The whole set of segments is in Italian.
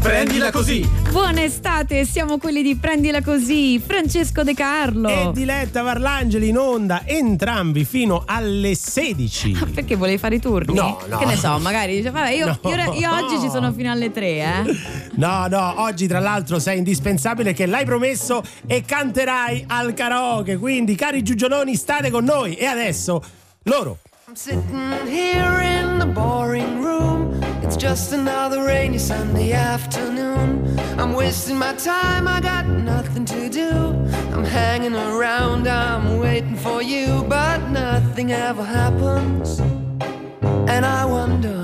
Prendila così. Buona estate, siamo quelli di Prendila così, Francesco De Carlo e Diletta Varlangeli in onda, entrambi fino alle 16. Perché volevi fare i turni? No. Che ne so, magari dice, vabbè, io oggi ci sono fino alle 3, No, oggi tra l'altro sei indispensabile, che l'hai promesso e canterai al karaoke, quindi cari giugiononi state con noi. E adesso loro. I'm sitting here in the boring room. It's just another rainy Sunday afternoon. I'm wasting my time, I got nothing to do. I'm hanging around, I'm waiting for you, but nothing ever happens. And I wonder,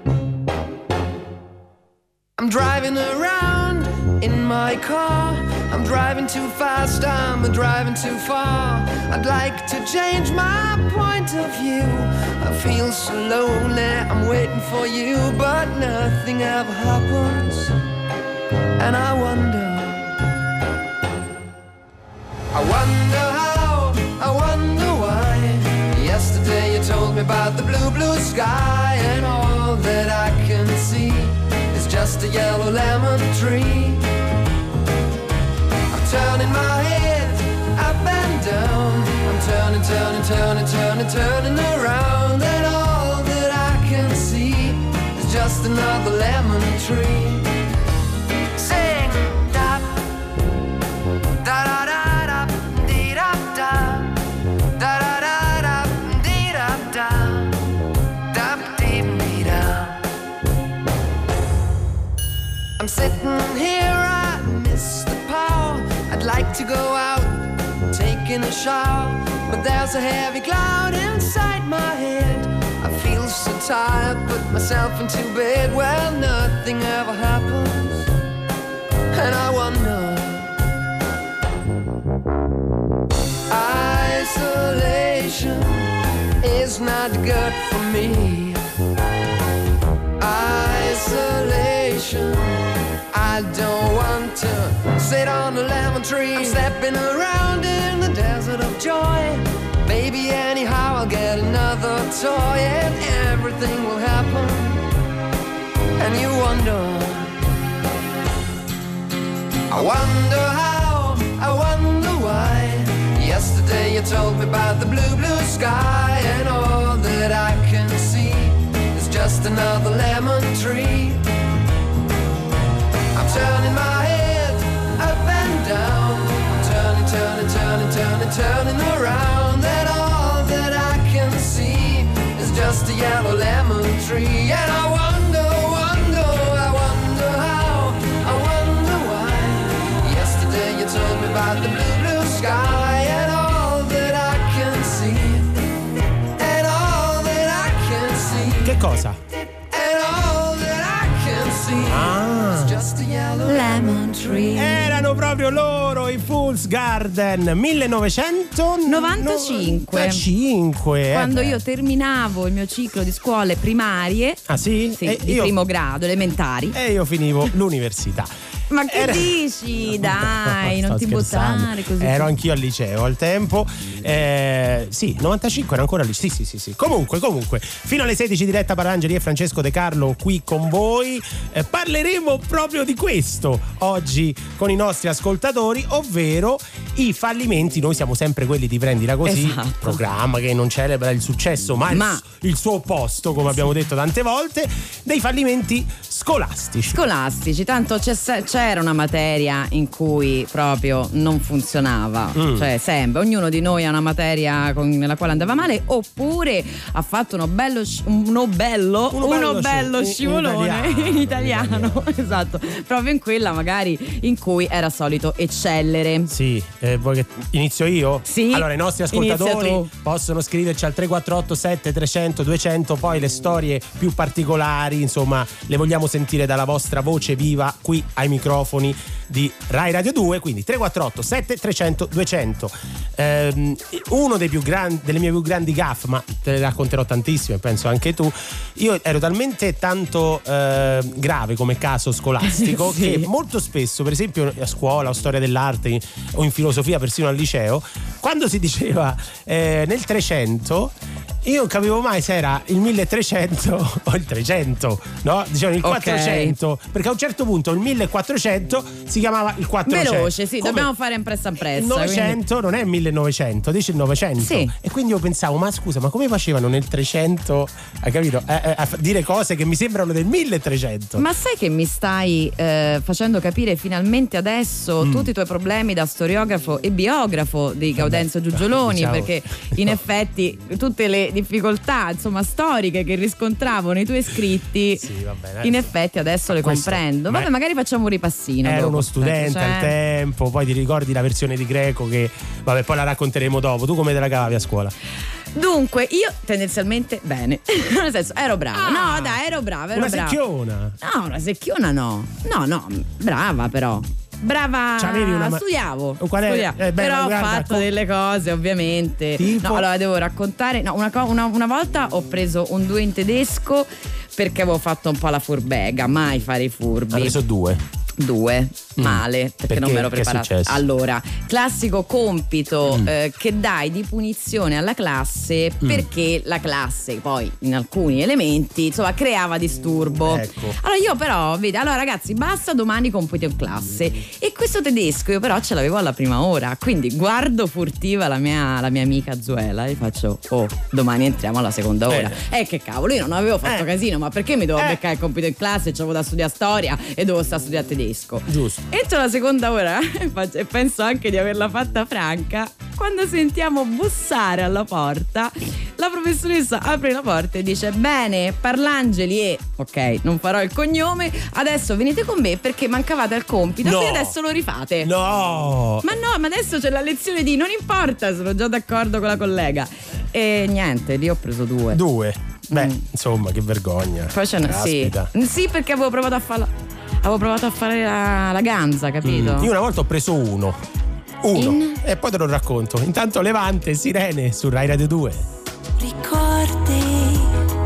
I'm driving around in my car. I'm driving too fast, I'm driving too far. I'd like to change my point of view. I feel so lonely, I'm waiting for you, but nothing ever happens. And I wonder how, I wonder why. Yesterday you told me about the blue, blue sky, and all that I can see is just a yellow lemon tree. Turning my head up and down. I'm turning around. And all that I can see is just another lemon tree. Sing da da da da da dee da da da da da da dee da da da dee dee da. I'm sitting here, I miss the power. I'd like to go out, taking a shower, but there's a heavy cloud inside my head. I feel so tired, put myself into bed. Well, nothing ever happens, and I wonder. Isolation is not good for me. Isolation, I don't want to sit on a lemon tree. I'm stepping around in the desert of joy. Maybe anyhow I'll get another toy, and everything will happen. And you wonder, I wonder how, I wonder why. Yesterday you told me about the blue, blue sky, and all that I can see is just another lemon tree. I'm turning my head up and down. I'm turning around. And all that I can see is just a yellow lemon tree. And I wonder how, I wonder why. Yesterday you told me about the blue, blue sky, and all that I can see, and all that I can see. Che cosa? Lemon Tree. Erano proprio loro, i Fool's Garden, 1995. Quando io terminavo il mio ciclo di scuole primarie. Ah sì? Sì, di primo grado, elementari. E io finivo l'università. Ma che dici? Dai, non ti buttare così. Ero anch'io al liceo al tempo. Sì, 95 era ancora lì. Sì. Comunque, fino alle 16 Diletta Varlangeli e Francesco De Carlo qui con voi. Parleremo proprio di questo oggi con i nostri ascoltatori, ovvero i fallimenti. Noi siamo sempre quelli di Prendila così, esatto. Programma che non celebra il successo, ma il suo opposto, come abbiamo detto tante volte, dei fallimenti scolastici. Tanto c'era una materia in cui proprio non funzionava, cioè sempre ognuno di noi ha una materia nella quale andava male, oppure ha fatto uno bello scivolone in italiano. Esatto, proprio in quella magari in cui era solito eccellere. Sì, vuoi che inizio io? Sì. Allora i nostri ascoltatori possono scriverci al 348 7300 200, poi le storie più particolari, insomma, le vogliamo sentire dalla vostra voce viva qui ai microfoni di Rai Radio 2, quindi 348 7300 200. Uno delle mie più grandi gaffe, ma te ne racconterò tantissime, penso anche tu. Io ero talmente tanto grave come caso scolastico sì. che molto spesso, per esempio a scuola o storia dell'arte o in filosofia, persino al liceo, quando si diceva nel 300 io non capivo mai se era il 1300 o il 300, no? Dicevano il 400, perché a un certo punto il 1400 si chiamava il 400. Veloce, sì, dobbiamo fare impressa. Il 900 non è 1900, dice il 900. Sì. E quindi io pensavo, ma scusa, ma come facevano nel 300, hai capito? A dire cose che mi sembrano del 1300. Ma sai che mi stai facendo capire finalmente adesso tutti i tuoi problemi da storiografo e biografo di Gaudenzio Giugioloni, diciamo, perché in effetti tutte le difficoltà, insomma, storiche che riscontravo nei tuoi scritti, sì, vabbè, in effetti adesso le comprendo. Vabbè, magari facciamo un ripassino. Ero dopo, uno studente al tempo, poi ti ricordi la versione di greco che, vabbè, poi la racconteremo dopo. Tu come te la cavavi a scuola? Dunque, io tendenzialmente bene. Nel senso, ero brava. No, dai, ero brava. Una secchiona? No, una secchiona no. No, brava però. Brava, studiavo, però ho fatto delle cose ovviamente. Tipo? No, allora devo raccontare. No, una volta ho preso un 2 in tedesco perché avevo fatto un po' la furbega, mai fare i furbi. Ho preso 2 male perché non me l'ero preparata. Allora, classico compito che dai di punizione alla classe perché la classe poi in alcuni elementi insomma creava disturbo. Ecco. Allora io però, vedi, allora ragazzi, basta domani compito in classe. E questo tedesco io però ce l'avevo alla prima ora, quindi guardo furtiva la mia amica Zuela e faccio: oh, domani entriamo alla seconda ora. Che cavolo, io non avevo fatto casino, ma perché mi dovevo beccare il compito in classe? C'avevo da studiare storia e dovevo stare a studiare tedesco. Giusto. Entro la seconda ora e penso anche di averla fatta franca quando sentiamo bussare alla porta. La professoressa apre la porta e dice: bene, Parlangeli e ok, non farò il cognome, adesso venite con me perché mancavate al compito. No. E adesso lo rifate. No, ma adesso c'è la lezione di non importa, sono già d'accordo con la collega. E niente, lì ho preso 2. Beh, insomma, che vergogna. Poi sì, perché avevo provato a fare la ganza, capito? Io una volta ho preso 1 e poi te lo racconto. Intanto Levante, Sirene su Rai Radio 2. Ricordi,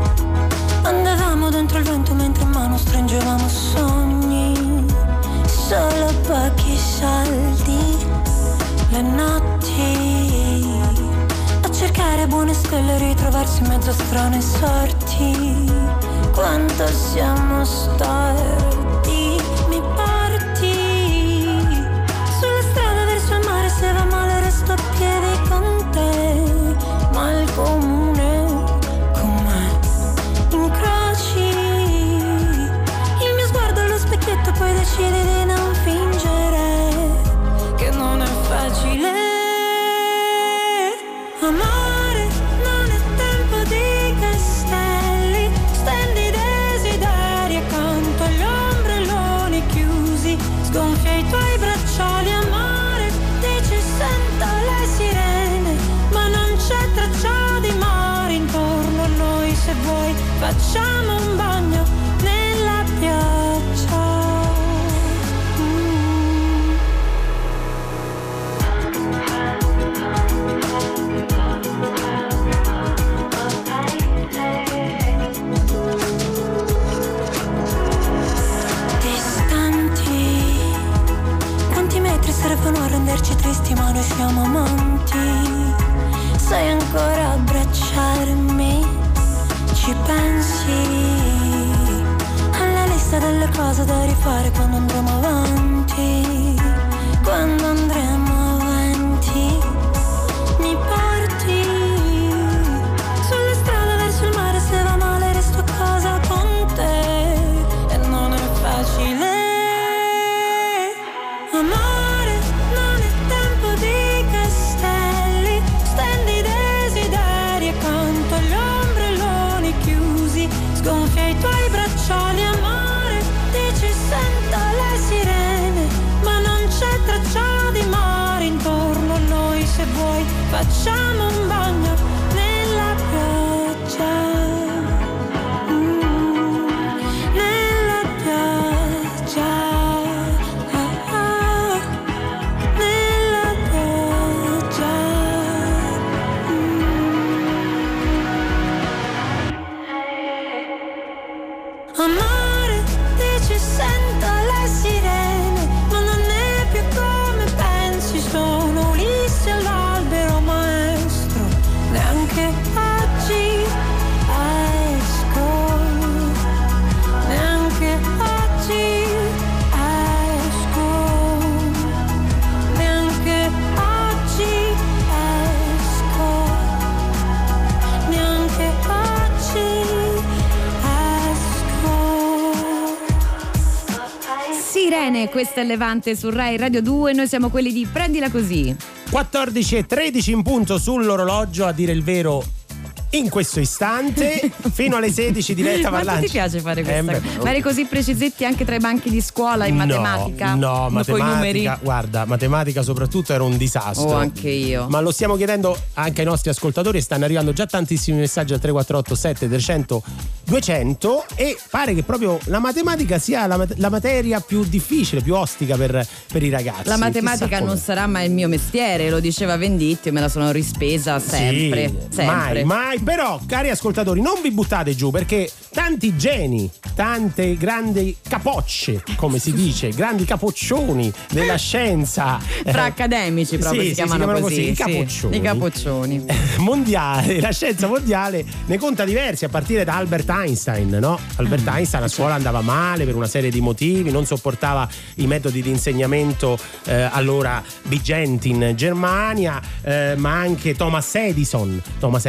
andavamo dentro il vento mentre in mano stringevamo sogni, solo pochi soldi, le notti, a cercare buone stelle e ritrovarsi in mezzo a strane sorti. Quanto siamo storti, mi porti sulla strada verso il mare, se va male resto a piedi con te, ma il comune con me incroci il mio sguardo allo specchietto, poi decidi di non fingere che non è facile amare, non è tempo di castelli, stendi desideri accanto agli ombrelloni chiusi, sgonfia i tuoi bracciali, amare, dici sento le sirene, ma non c'è traccia di mare intorno a noi, se vuoi facciamo un bagno nella pioggia. Servono a renderci tristi, ma noi siamo amanti. Sai ancora abbracciarmi? Ci pensi alla lista delle cose da rifare quando andremo avanti? Quando andremo avanti mi porti sulla strada verso il mare, se va male resto a casa con te e non è facile amare. Sgonfia i tuoi bracciali, amare, dici sento le sirene, ma non c'è traccia di mare intorno a noi, se vuoi facciamo un bagno nella pioggia. Nella pioggia, nella pioggia. Amare, dici sento le sirene, ma non è più come pensi, sono Ulisse all'albero maestro, neanche oggi Irene, questa è Levante su Rai Radio 2, noi siamo quelli di Prendila Così. 14:13 in punto sull'orologio, a dire il vero in questo istante fino alle 16 diretta Quanto Vallanci. ti piace fare questa cosa? Ma eri così precisetti anche tra i banchi di scuola in matematica? No, coi numeri? matematica, guarda, matematica soprattutto era un disastro. Anche io. Ma lo stiamo chiedendo anche ai nostri ascoltatori e stanno arrivando già tantissimi messaggi al 348 7300 200 e pare che proprio la matematica sia la materia più difficile, più ostica per i ragazzi. La matematica non sarà mai il mio mestiere, lo diceva Venditti, me la sono rispesa sempre, sì, sempre. Mai. Però, cari ascoltatori, non vi buttate giù, perché tanti geni, tante grandi capocce, come si dice, grandi capoccioni della scienza fra accademici proprio si chiamano così, i capoccioni, i capoccioni mondiale, la scienza mondiale ne conta diversi, a partire da Albert Einstein, no? Albert Einstein a scuola andava male per una serie di motivi, non sopportava i metodi di insegnamento allora vigenti in Germania, ma anche Thomas Edison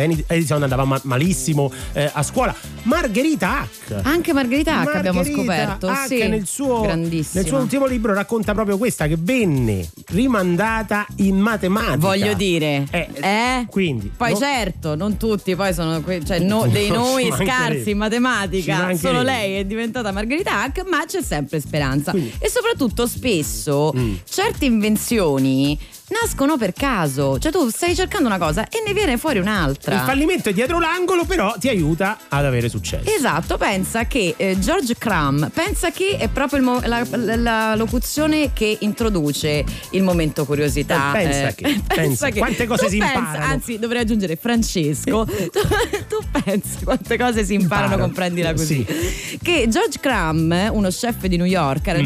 andava malissimo a scuola. Margherita Hack, anche Margherita Hack abbiamo scoperto Hack sì, nel suo grandissima. ultimo libro racconta proprio questa, che venne rimandata in matematica, voglio dire quindi poi certo non tutti poi sono dei noi scarsi in matematica, solo lei è diventata Margherita Hack, ma c'è sempre speranza. Quindi. E soprattutto spesso certe invenzioni nascono per caso, cioè tu stai cercando una cosa e ne viene fuori un'altra. Il fallimento è dietro l'angolo, però ti aiuta ad avere successo. Esatto, pensa che George Crumb è proprio la locuzione che introduce il momento curiosità. Pensa che quante cose si imparano. Anzi, dovrei aggiungere Francesco. tu pensi quante cose si imparano con Prendila Così. Sì. Che George Crumb, uno chef di New York, era nel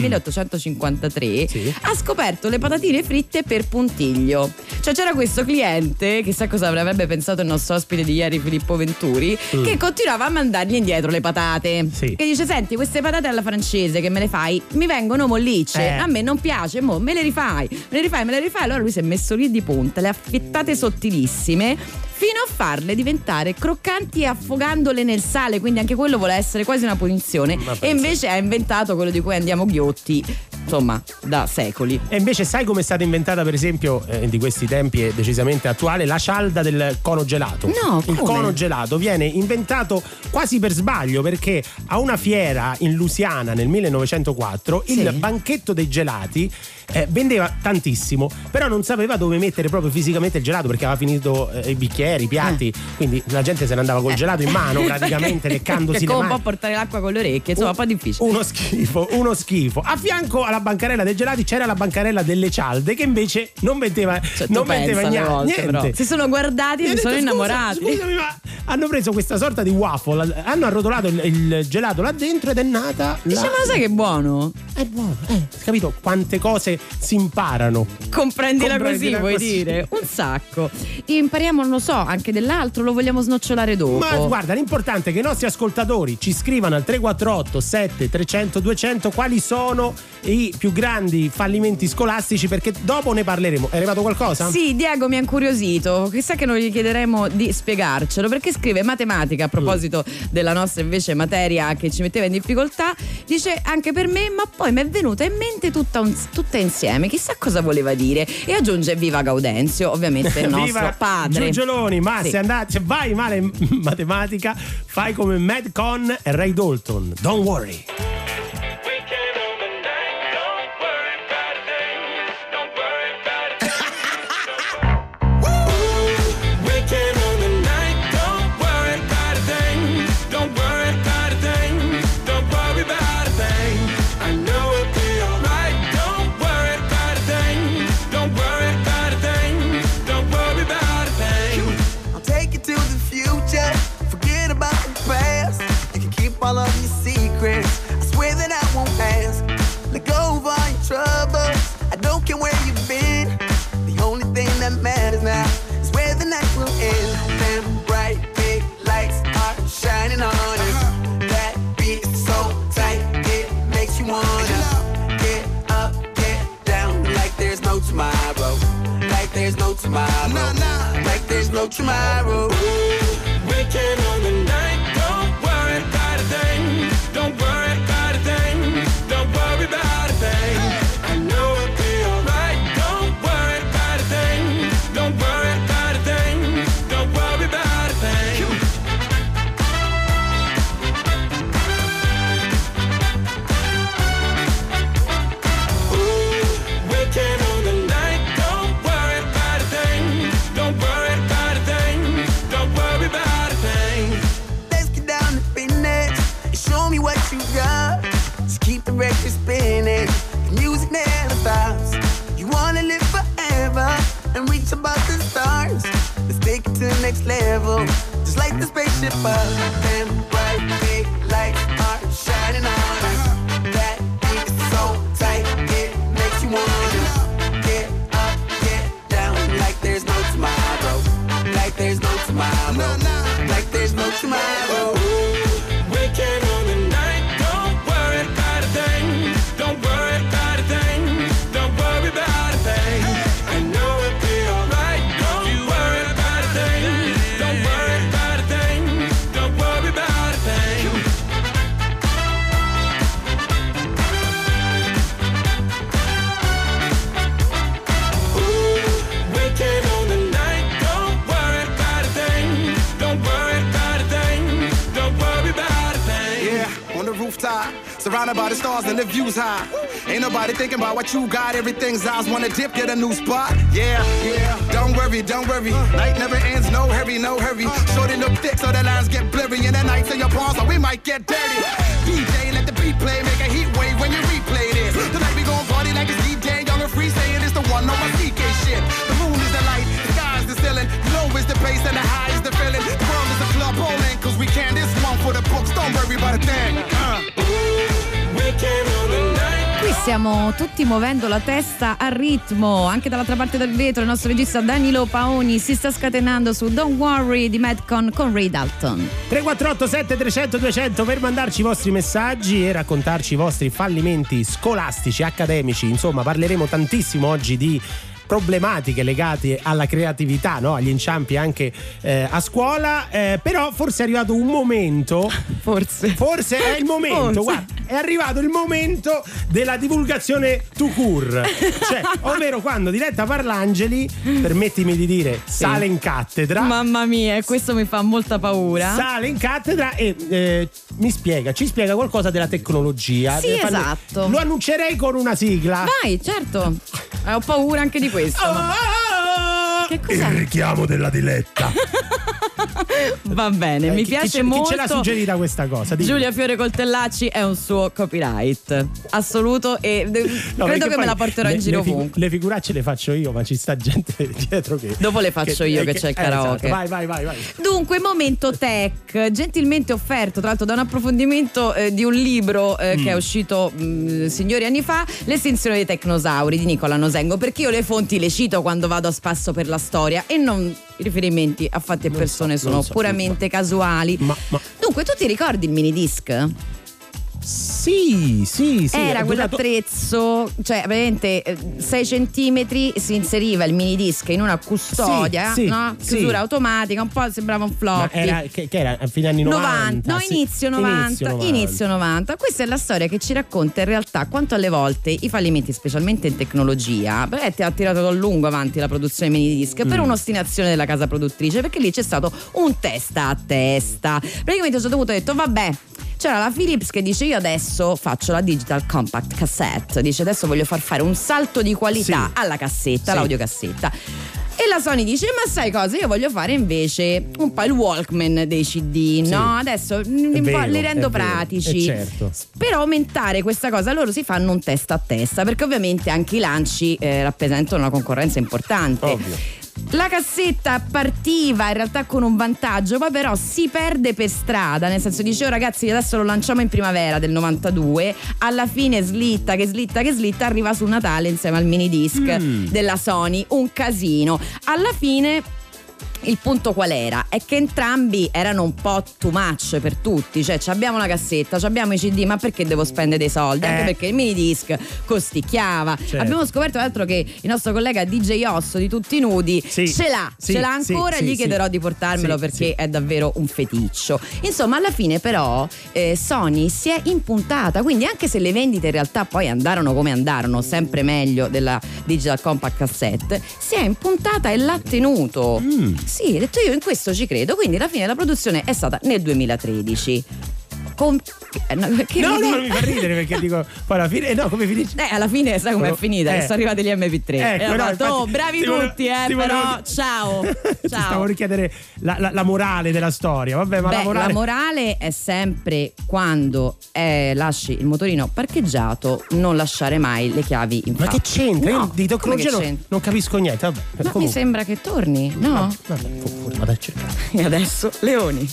1853, ha scoperto le patatine fritte per puntiglio. Cioè c'era questo cliente, chissà cosa avrebbe pensato il nostro ospite di ieri Filippo Venturi, che continuava a mandargli indietro le patate, che dice: senti, queste patate alla francese che me le fai mi vengono mollicce, a me non piace, me le rifai. Allora lui si è messo lì di punta, le ha affittate sottilissime fino a farle diventare croccanti e affogandole nel sale, quindi anche quello vuole essere quasi una punizione, e invece ha inventato quello di cui andiamo ghiotti insomma da secoli. E invece sai come è stata inventata, per esempio, di questi tempi è decisamente attuale, la cialda del cono gelato? No, come? Il cono gelato viene inventato quasi per sbaglio, perché a una fiera in Louisiana nel 1904 il banchetto dei gelati vendeva tantissimo, però non sapeva dove mettere proprio fisicamente il gelato, perché aveva finito i bicchieri, i piatti, quindi la gente se ne andava col gelato in mano praticamente leccandosi le mani. Come può portare l'acqua con le orecchie, insomma un po' difficile. Uno schifo. A fianco alla bancarella dei gelati c'era la bancarella delle cialde, che invece non vendeva, niente. Però. Si sono guardati e si sono innamorati. Scusami, ma hanno preso questa sorta di waffle, hanno arrotolato il gelato là dentro ed è nata ma sai che è buono? È buono, capito quante cose si imparano. Comprendila così, vuoi dire? Un sacco. Impariamo, non lo so, anche dell'altro, lo vogliamo snocciolare dopo. Ma guarda, l'importante è che i nostri ascoltatori ci scrivano al 348 7300 200 quali sono i più grandi fallimenti scolastici, perché dopo ne parleremo. È arrivato qualcosa? Sì, Diego mi ha incuriosito, chissà che non gli chiederemo di spiegarcelo, perché scrive matematica a proposito della nostra invece materia che ci metteva in difficoltà, dice anche per me, ma poi mi è venuta in mente tutta insieme, chissà cosa voleva dire, e aggiunge viva Gaudenzio, ovviamente il nostro viva padre Giugioloni. Ma se vai male in matematica fai come Mad Con e Ray Dalton, don't worry. All of your secrets, I swear that I won't ask. Let go of all your troubles, I don't care where you've been. The only thing that matters now is where the night will end. Them bright big lights are shining on us. That beat is so tight, it makes you wanna get up, get down, like there's no tomorrow. Like there's no tomorrow. Like there's no tomorrow. Weekend on the night, don't worry about a thing. Don't worry about a thing. Don't worry about a thing. what you got. Just keep the record spinning, the music never stops. You wanna live forever and reach above the stars. Let's take it to the next level, just like the spaceship up. Them bright big lights are shining on us. That beat is so tight, it makes you wanna just get up, get down, like there's no tomorrow. Like there's no tomorrow. Like there's no tomorrow. Weekend on the night, don't worry about a thing. Don't worry about a thing. Don't worry about a thing. I know it'll be alright. Don't you worry about a thing. Don't worry about a thing. Don't worry about a thing. Ooh, weekend on the night, don't worry about a thing. Don't worry about a thing. Don't worry about a thing. Yeah, on the rooftop, surrounded by the stars and the views high. Ain't nobody thinking about what you got. Everything's eyes wanna dip, get a new spot. Yeah, yeah. Don't worry, don't worry. Night never ends, no hurry, no hurry. Shorty look thick so the lines get blurry. And the nights in your palms, so we might get dirty. DJ, let the beat play, make a heat wave when you replay this. Tonight we gon' party like it's DJ, young and free, saying it's the one on my CK shit. The moon is the light, the sky is the ceiling. Low is the pace and the high is the feeling. The world is a club bowling, cause we can this one for the books. Don't worry about a thing. Weekend on the night. Qui stiamo tutti muovendo la testa a ritmo, anche dall'altra parte del vetro il nostro regista Danilo Paoni si sta scatenando su Don't Worry di Madcon con Ray Dalton. 348 7300 200 per mandarci i vostri messaggi e raccontarci i vostri fallimenti scolastici, accademici, insomma parleremo tantissimo oggi di problematiche legate alla creatività, no? Agli inciampi anche a scuola, però forse è arrivato un momento, forse è il momento, guarda, è arrivato il momento della divulgazione tout court, cioè, ovvero quando Diletta Parlangeli, permettimi di dire, sale in cattedra. Mamma mia, questo mi fa molta paura. Sale in cattedra e ci spiega qualcosa della tecnologia. Sì, esatto. Lo annuncerei con una sigla. Vai, certo. Ho paura anche di questo. Che cos'è? Il richiamo della Diletta. Va bene, mi piace molto. Chi ce l'ha suggerita questa cosa? Dimmi. Giulia Fiore Coltellacci è un suo copyright assoluto e credo che me la porterò in giro ovunque. Le figuracce le faccio io, ma ci sta gente dietro che dopo le faccio io che c'è il karaoke. Esatto. Vai. Dunque, momento tech, gentilmente offerto tra l'altro da un approfondimento di un libro che è uscito signori anni fa, L'estinzione dei tecnosauri di Nicola Nosengo, perché io le fonti le cito quando vado a spasso per la storia e non i riferimenti a fatti e persone sono puramente casuali. Ma Dunque, tu ti ricordi il minidisc? Sì. Era quell'attrezzo, cioè praticamente 6 centimetri, si inseriva il minidisc in una custodia, no? Chiusura automatica, un po' sembrava un floppy. Ma era a fine anni 90? No, inizio 90. Questa è la storia che ci racconta in realtà quanto alle volte i fallimenti, specialmente in tecnologia, ha tirato a lungo avanti la produzione dei minidisc per un'ostinazione della casa produttrice, perché lì c'è stato un testa a testa. Praticamente a un certo punto ho detto vabbè, c'era la Philips che dice io adesso faccio la Digital Compact Cassette, dice adesso voglio far fare un salto di qualità alla cassetta, all'audiocassetta. E la Sony dice ma sai cosa, io voglio fare invece un po' il Walkman dei CD, no? Adesso li rendo pratici. Certo. Per aumentare questa cosa loro si fanno un testa a testa, perché ovviamente anche i lanci rappresentano una concorrenza importante. Ovvio. La cassetta partiva in realtà con un vantaggio, poi però si perde per strada, nel senso dicevo ragazzi adesso lo lanciamo in primavera del 92, alla fine slitta, arriva su Natale insieme al minidisc della Sony, un casino. Alla fine il punto qual era? È che entrambi erano un po' too much per tutti, cioè abbiamo la cassetta, abbiamo i CD, ma perché devo spendere dei soldi? Anche perché il minidisc costicchiava. Certo. Abbiamo scoperto tra l'altro che il nostro collega DJ Osso di Tutti Nudi ce l'ha ancora, gli chiederò di portarmelo perché è davvero un feticcio. Insomma, alla fine però Sony si è impuntata, quindi anche se le vendite in realtà poi andarono come andarono, sempre meglio della Digital Compact Cassette, si è impuntata e l'ha tenuto. Sì, ho detto io in questo ci credo, quindi alla fine la produzione è stata nel 2013. Che No, ridi? non mi fa ridere perché dico poi alla fine come finisce? Alla fine sai com'è finita? Che sono arrivati gli MP3 Ecco, e ho no, fatto, infatti, bravi ti volevo- tutti, ti volevo- però ciao. Ti stavo Ciao. richiedere la morale della storia. Vabbè, ma Beh, la morale è sempre quando lasci il motorino parcheggiato, non lasciare mai le chiavi in Ma faccia. che c'entra? No, Io di tecnologia come che non c'entra? capisco niente. Vabbè, Ma mi comunque. sembra che torni, no? Vabbè, vado a cercare. E adesso Leoni.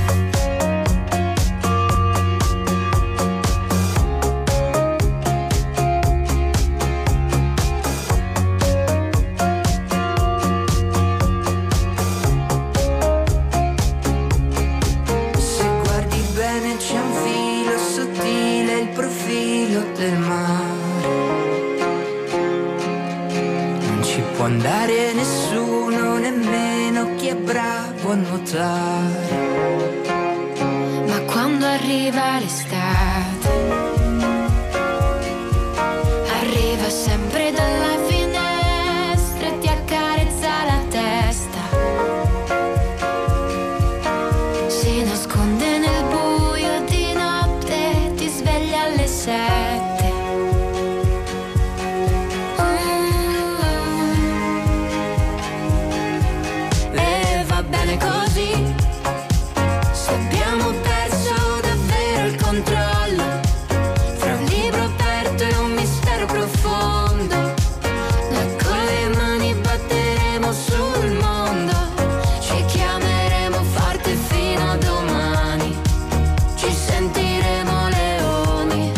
Se guardi bene c'è un filo sottile, il profilo del mare. Non ci può andare nessuno, nemmeno chi è bravo a nuotare. Ma quando arriva l'estate, arriva sempre dalla finestra e ti accarezza la testa. Si nasconde nel buio di notte, ti sveglia alle 7. E va bene così. Se abbiamo perso davvero il controllo, fra un libro aperto e un mistero profondo, noi con le mani batteremo sul mondo, ci chiameremo forte fino a domani, ci sentiremo leoni.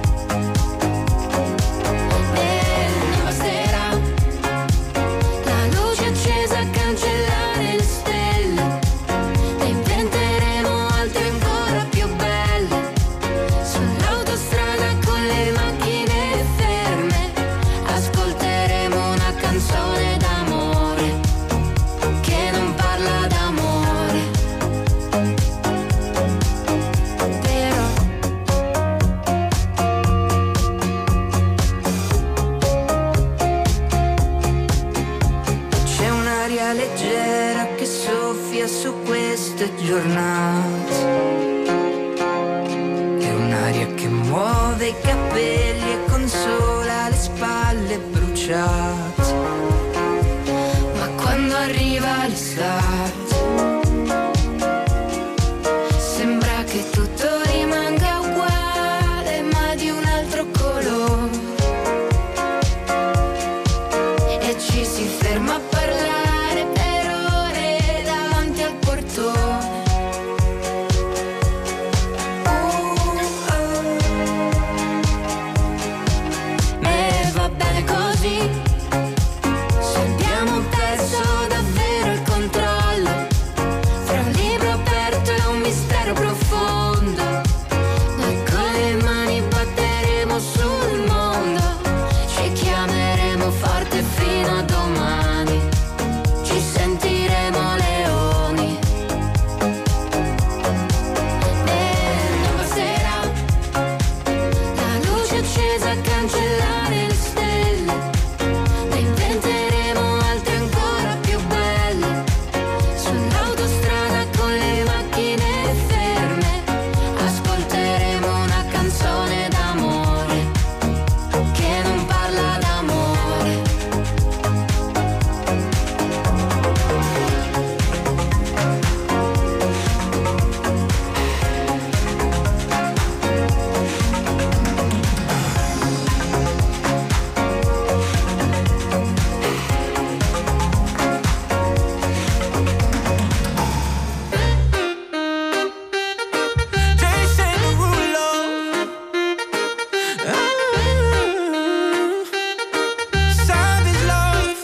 E non basterà la luce accesa a cancellare le stelle, ne inventeremo altre ancora più belle. Sull'autostrada con le macchine ferme, ascolteremo una canzone d'amore che non parla d'amore. Però C'è un'aria leggera che soffia su queste giornate. È un'aria che muove i capelli e consola le spalle bruciate. ma quando arriva l'estate, Sembra che tutto rimanga uguale, ma di un altro colore. E ci si ferma a parlare per ore davanti al portone. e va bene così. Se abbiamo perso davvero il controllo, fra un libro aperto e un mistero profondo, noi con le mani batteremo sul mondo, ci chiameremo forte fino a domani, ci sentiremo leoni. E non basterà la luce accesa a cancellare le stelle, ne inventeremo altre ancora più belle. Sull'autostrada con le macchine ferme, ascolteremo una canzone d'amore che non parla d'amore. Jason Derulo. Savage love.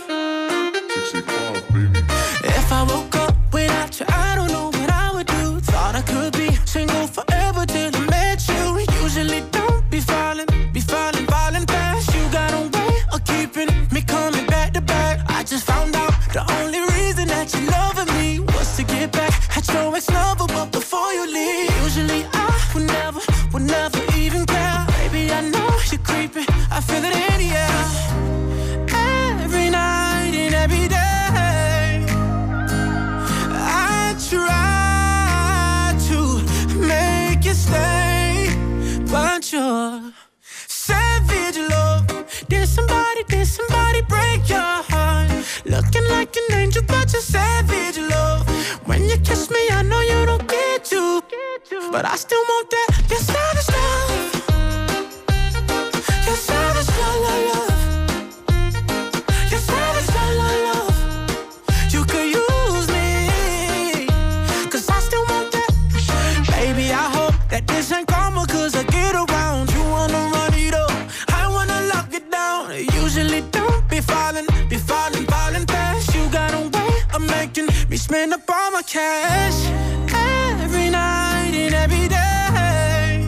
If I woke up without you, I don't know what I would do. Thought I could be single forever till I met you. Usually don't be falling fast. You got a way of keeping me coming back to back. I just found out the only reason that you loving me was to get back at your ex-lover, but before you leave, usually I would never even care. Baby, I know you're creeping, I feel it in the air. Every night and every day, I try to make you stay. angel, but you're savage love. When you kiss me, I know you don't get to, but I still want that. Your savage love. Your savage love, love. Your savage love, love. You could use me, 'cause I still want that. Baby, I hope that this ain't karma, 'cause I get around. You wanna run it up, I wanna lock it down. Usually don't be falling fast. You got a way of making me spend up all my cash. Every night and every day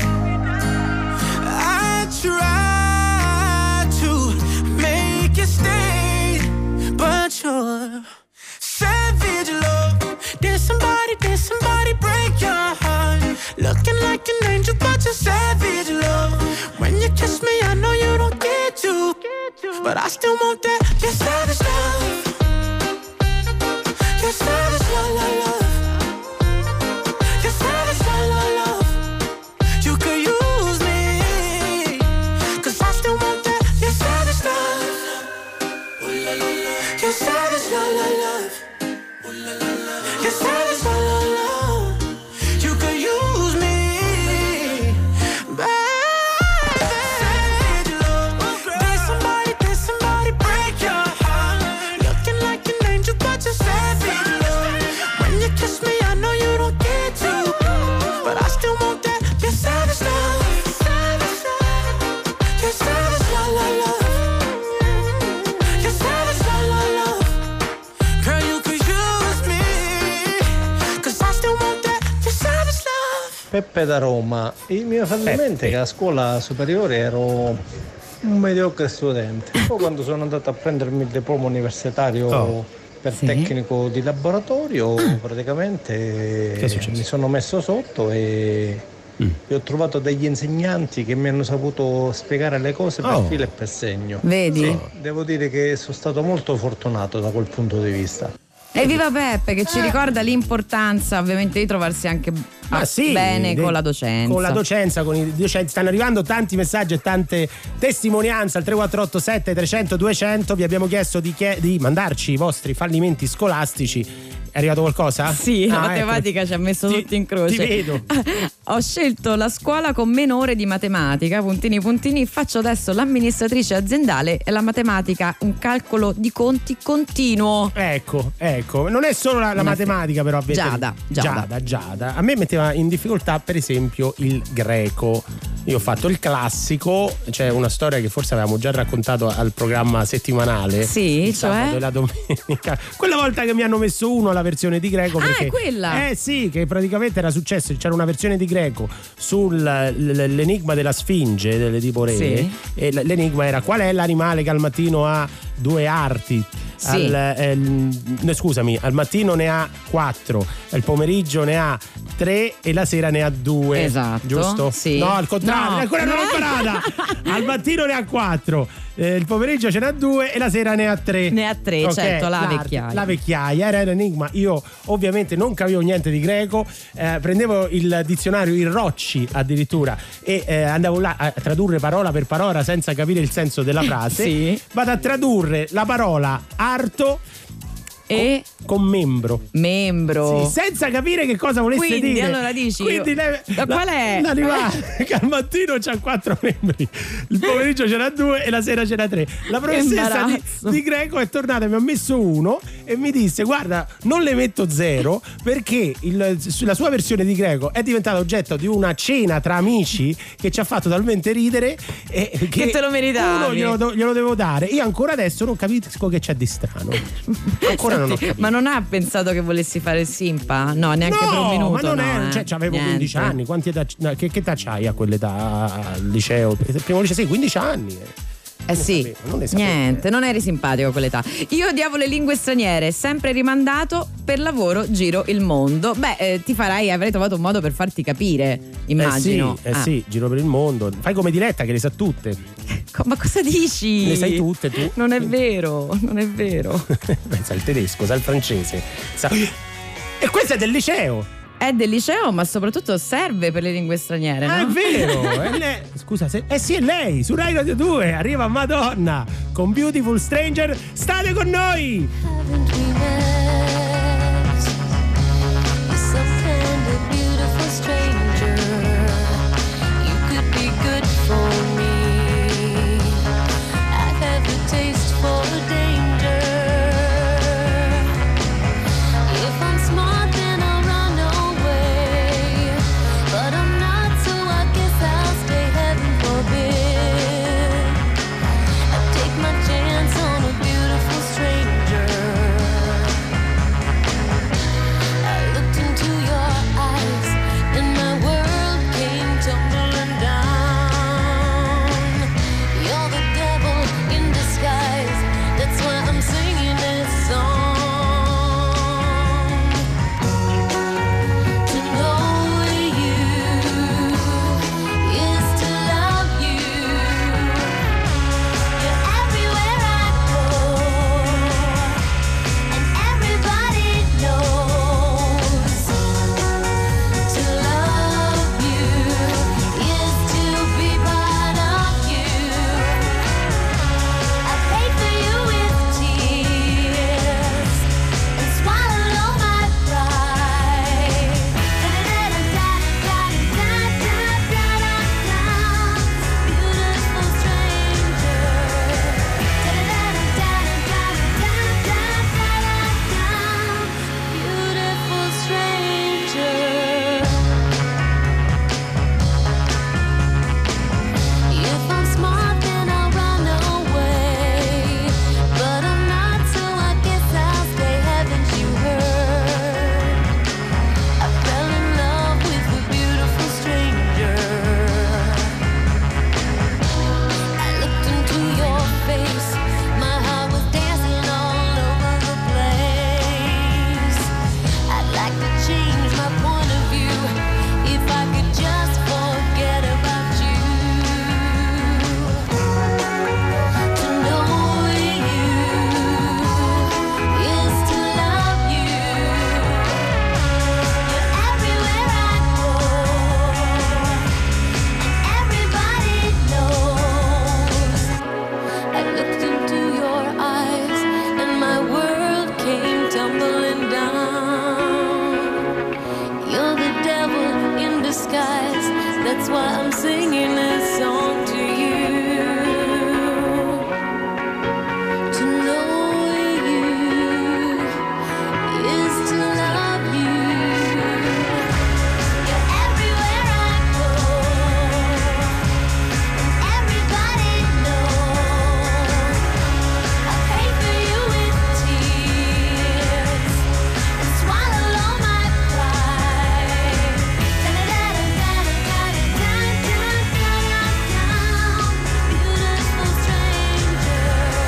I try to make you stay, but you're savage love. Did somebody break your heart? Looking like an angel, but you're savage love. When you kiss me, I know you don't get to, but I still want that. Your savage love. Your savage love, love, love. Your savage love, love, love. You could use me, 'cause I still want that. Your savage love. Your savage love, love, love. Your savage love, love, love. You could use me, baby. Savage love. Did somebody break your heart? Looking like an angel, but you're savage love. When you kiss me, I know you don't get to, but I still want that. Your savage love. Your savage love, love, love. Your savage love, love, love. Girl, you could use me, 'cause I still want that. Your savage love. Peppe da Roma. Il mio fallimento è che a scuola superiore ero un mediocre studente. Poi quando sono andato a prendermi il diploma universitario per tecnico di laboratorio, praticamente mi sono messo sotto e ho trovato degli insegnanti che mi hanno saputo spiegare le cose per filo e per segno. Vedi? Sì, devo dire che sono stato molto fortunato da quel punto di vista. Evviva Peppe, che ci ricorda l'importanza ovviamente di trovarsi anche bene con la docenza. Con la docenza, con i docenti. Stanno arrivando tanti messaggi e tante testimonianze al 3487 300 200. Vi abbiamo chiesto di mandarci i vostri fallimenti scolastici. È arrivato qualcosa? Sì, la matematica ecco. ci ha messo tutti in croce. Ti vedo. Ho scelto la scuola con meno ore di matematica, puntini puntini, faccio adesso l'amministratrice aziendale e la matematica un calcolo di conti continuo. Ecco, non è solo la matematica però. Giada. A me metteva in difficoltà per esempio il greco. Io ho fatto il classico, c'è una storia che forse avevamo già raccontato al programma settimanale. Sì, il sabato cioè? e la domenica. Quella volta che mi hanno messo uno alla versione di greco. Perché, è quella? Sì, che praticamente era successo, c'era una versione di greco sull'enigma della Sfinge, delle tipo re. Sì. E l'enigma era: qual è l'animale che al mattino ha due arti? Sì. Scusami, al mattino ne ha 4, al pomeriggio ne ha 3 e la sera ne ha 2. Esatto. Giusto? Sì. No, al contrario, No. ancora non l'ho imparata. Al mattino ne ha 4, il pomeriggio ce n'ha 2 e la sera ne ha 3. Ne ha 3, certo, la vecchiaia. La vecchiaia era un enigma. Io ovviamente non capivo niente di greco, prendevo il dizionario, il Rocci addirittura, e andavo là a tradurre parola per parola senza capire il senso della frase. Sì. Vado a tradurre la parola arto e con membro. Membro. Sì, senza capire che cosa volesse Quindi, dire. allora dici, Quindi qual è? L'animale che al mattino c'ha 4 membri, il pomeriggio ce n'ha 2 e la sera ce n'ha 3. La professoressa di greco è tornata, mi ha messo 1 e mi disse: guarda, non le metto 0 perché la sua versione di greco è diventata oggetto di una cena tra amici che ci ha fatto talmente ridere che te lo meritavi. Uno glielo devo dare. Io ancora adesso non capisco che c'è di strano. Ancora non ho capito. Ma non ha pensato che volessi fare il simpa? No, neanche per un minuto. Ma non no, è, cioè, avevo niente. 15 anni. Quanti età, che età c'hai a quell'età al liceo? Primo liceo, sì, 15 anni. Sì, non ne sapevo. niente, non eri simpatico a quell'età. Io odiavo le lingue straniere, sempre rimandato, per lavoro giro il mondo. Beh, avrai trovato un modo per farti capire, immagino. Sì, giro per il mondo. Fai come Diletta che le sa tutte. Ma cosa dici? Le sai tutte tu? Non è vero, non è vero. Sa il tedesco, sa il francese. E questo è del liceo. È del liceo, ma soprattutto serve per le lingue straniere, no? È vero. Scusa, sì, è lei, su Rai Radio 2 arriva Madonna con Beautiful Stranger. State con noi. Haven't we met? singing this song to you. To know you is to love you. You're everywhere I go, everybody knows. I pray for you with tears and swallow all my pride. Beautiful stranger.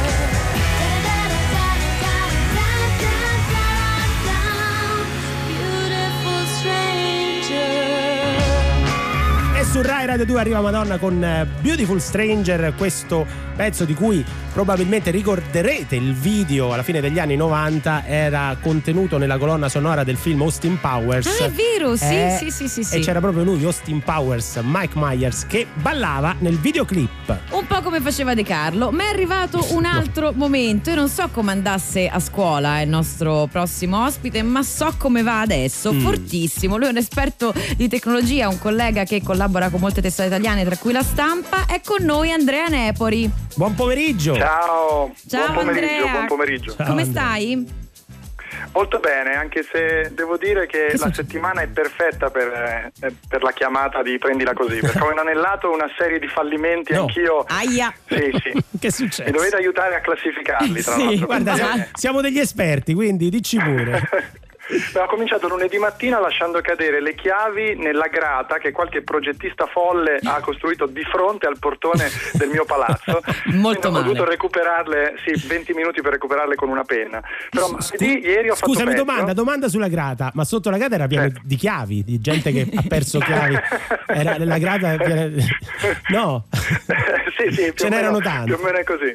Beautiful stranger. E su Rai Radio 2 arriva Madonna con Beautiful Stranger, questo pezzo di cui probabilmente ricorderete il video alla fine degli anni 90, era contenuto nella colonna sonora del film Austin Powers. Ah, è vero, sì. E c'era proprio lui, Austin Powers, Mike Myers, che ballava nel videoclip. Un po' come faceva De Carlo, ma è arrivato un altro momento. Io non so come andasse a scuola il nostro prossimo ospite, ma so come va adesso, fortissimo. Lui è un esperto di tecnologia, un collega che collabora con molte testate italiane, tra cui La Stampa. È con noi Andrea Nepori. Buon pomeriggio. Ciao, Ciao buon pomeriggio, Andrea. buon pomeriggio. Ciao, Come Andrea. stai? Molto bene, anche se devo dire che la settimana è perfetta per la chiamata di Prendila Così, perché ho inanellato una serie di fallimenti, No. anch'io. Aia. Sì. Che è successo? Mi dovete aiutare a classificarli, tra Sì, l'altro. guarda, perché- siamo degli esperti, quindi dici pure. Ho cominciato lunedì mattina lasciando cadere le chiavi nella grata che qualche progettista folle ha costruito di fronte al portone del mio palazzo. Molto Quindi ho male. dovuto recuperarle, 20 minuti per recuperarle con una penna. Però ieri ho fatto Scusami, peggio. domanda sulla grata, ma sotto la grata era pieno Certo. di chiavi, di gente che ha perso chiavi. Era la grata piena... No. Sì, più Ce o n'erano meno, tanti. più o meno è così.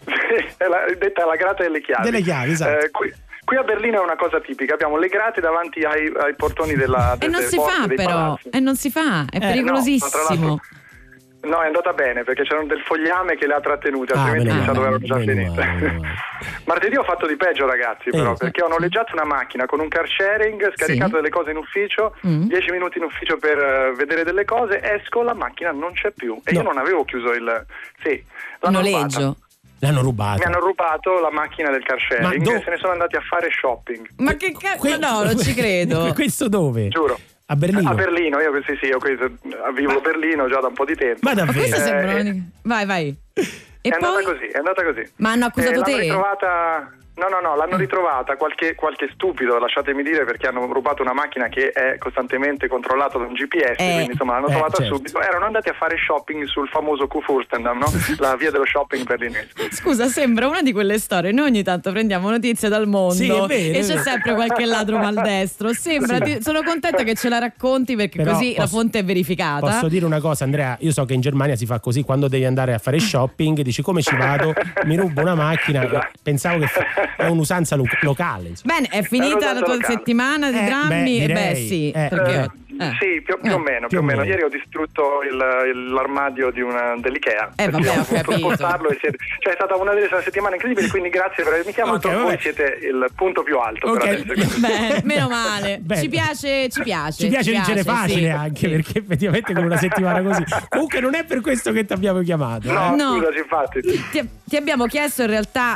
È detta la grata delle chiavi. Delle chiavi, esatto. Qui a Berlino è una cosa tipica, abbiamo le grate davanti ai portoni della E non delle si porte fa dei però, palazzi. e non si fa, è No, tra pericolosissimo. l'altro- No, è andata bene perché c'era del fogliame che le ha trattenute, Ah, altrimenti meno chissà male, dove erano già meno finite. male, meno male. Martedì ho fatto di peggio, ragazzi, però, perché ho sì. noleggiato una macchina con un car sharing, scaricato Sì. delle cose in ufficio, 10 minuti in ufficio per vedere delle cose, esco, la macchina non c'è più. E No. io non avevo chiuso il... Sì, Il l'hanno noleggio. rubata. L'hanno rubato. Mi hanno rubato la macchina del car sharing Ma e se ne sono andati a fare shopping. Ma che cazzo, no, non ci credo. Questo dove? Giuro. A Berlino? A Berlino, io vivo a Berlino già da un po' di tempo. Ma Ma davvero? questo sembra Eh, Vai. E È andata poi? così. Ma hanno accusato l'hanno te? ritrovata. No, l'hanno ritrovata qualche stupido, lasciatemi dire, perché hanno rubato una macchina che è costantemente controllata da un GPS, quindi insomma l'hanno trovata certo. subito. Erano andati a fare shopping sul famoso Kurfürstendamm, no? La via dello shopping berlinese. Scusa, sembra una di quelle storie. Noi ogni tanto prendiamo notizie dal mondo Sì, è vero, e è c'è vero. sempre qualche ladro maldestro. Sembra, sono contenta che ce la racconti perché Però così la fonte è verificata. Posso dire una cosa, Andrea? Io so che in Germania si fa così, quando devi andare a fare shopping dici come ci vado, mi rubo una macchina. Esatto. Pensavo che è un'usanza locale, insomma. Bene, è finita la tua locale. settimana di drammi? direi. Sì, perché Sì, più o meno. Ieri ho distrutto l'armadio dell'IKEA. Vabbè, ho capito. Portarlo è stata una delle settimane incredibili, quindi grazie per avermi chiamato. Ok, Voi vabbè. siete il punto più alto Ok. per adesso. Bene, meno male. Bene. Ci piace. Ci piace vincere facile sì. anche, perché effettivamente con una settimana così. Comunque non è per questo che ti abbiamo chiamato. No, No. scusaci, infatti. Ti abbiamo chiesto in realtà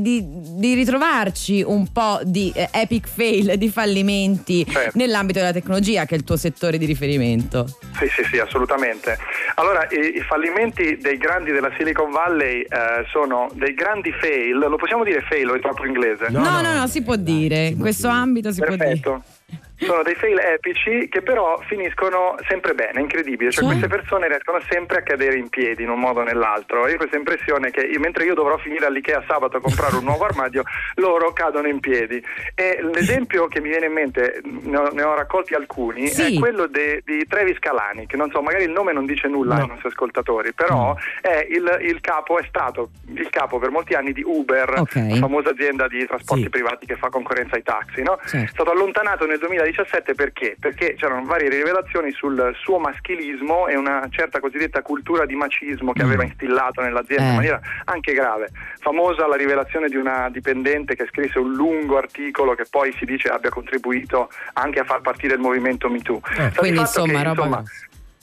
di ritrovarci un po' di epic fail, di fallimenti Certo. nell'ambito della tecnologia, che è il tuo settore di riferimento. Sì, assolutamente. Allora, i fallimenti dei grandi della Silicon Valley sono dei grandi fail. Lo possiamo dire fail o è troppo inglese? No, si può dire. In questo ambito si può dire. Perfetto. Sono dei fail epici che però finiscono sempre bene, incredibile, cioè queste persone riescono sempre a cadere in piedi in un modo o nell'altro. Io ho questa impressione che mentre io dovrò finire all'IKEA sabato a comprare un nuovo armadio, loro cadono in piedi. E l'esempio che mi viene in mente, ne ho raccolti alcuni, Sì. è quello di Travis Kalanick. Non so, magari il nome non dice nulla ai nostri ascoltatori, però è il capo, è stato il capo per molti anni di Uber, Ok. la famosa azienda di trasporti Sì. privati che fa concorrenza ai taxi, no? Certo. È stato allontanato nel 2017 perché? Perché c'erano varie rivelazioni sul suo maschilismo e una certa cosiddetta cultura di macismo che aveva instillato nell'azienda in maniera anche grave. Famosa la rivelazione di una dipendente che scrisse un lungo articolo che poi si dice abbia contribuito anche a far partire il movimento Me Too. Sta di quindi fatto insomma, che, roba.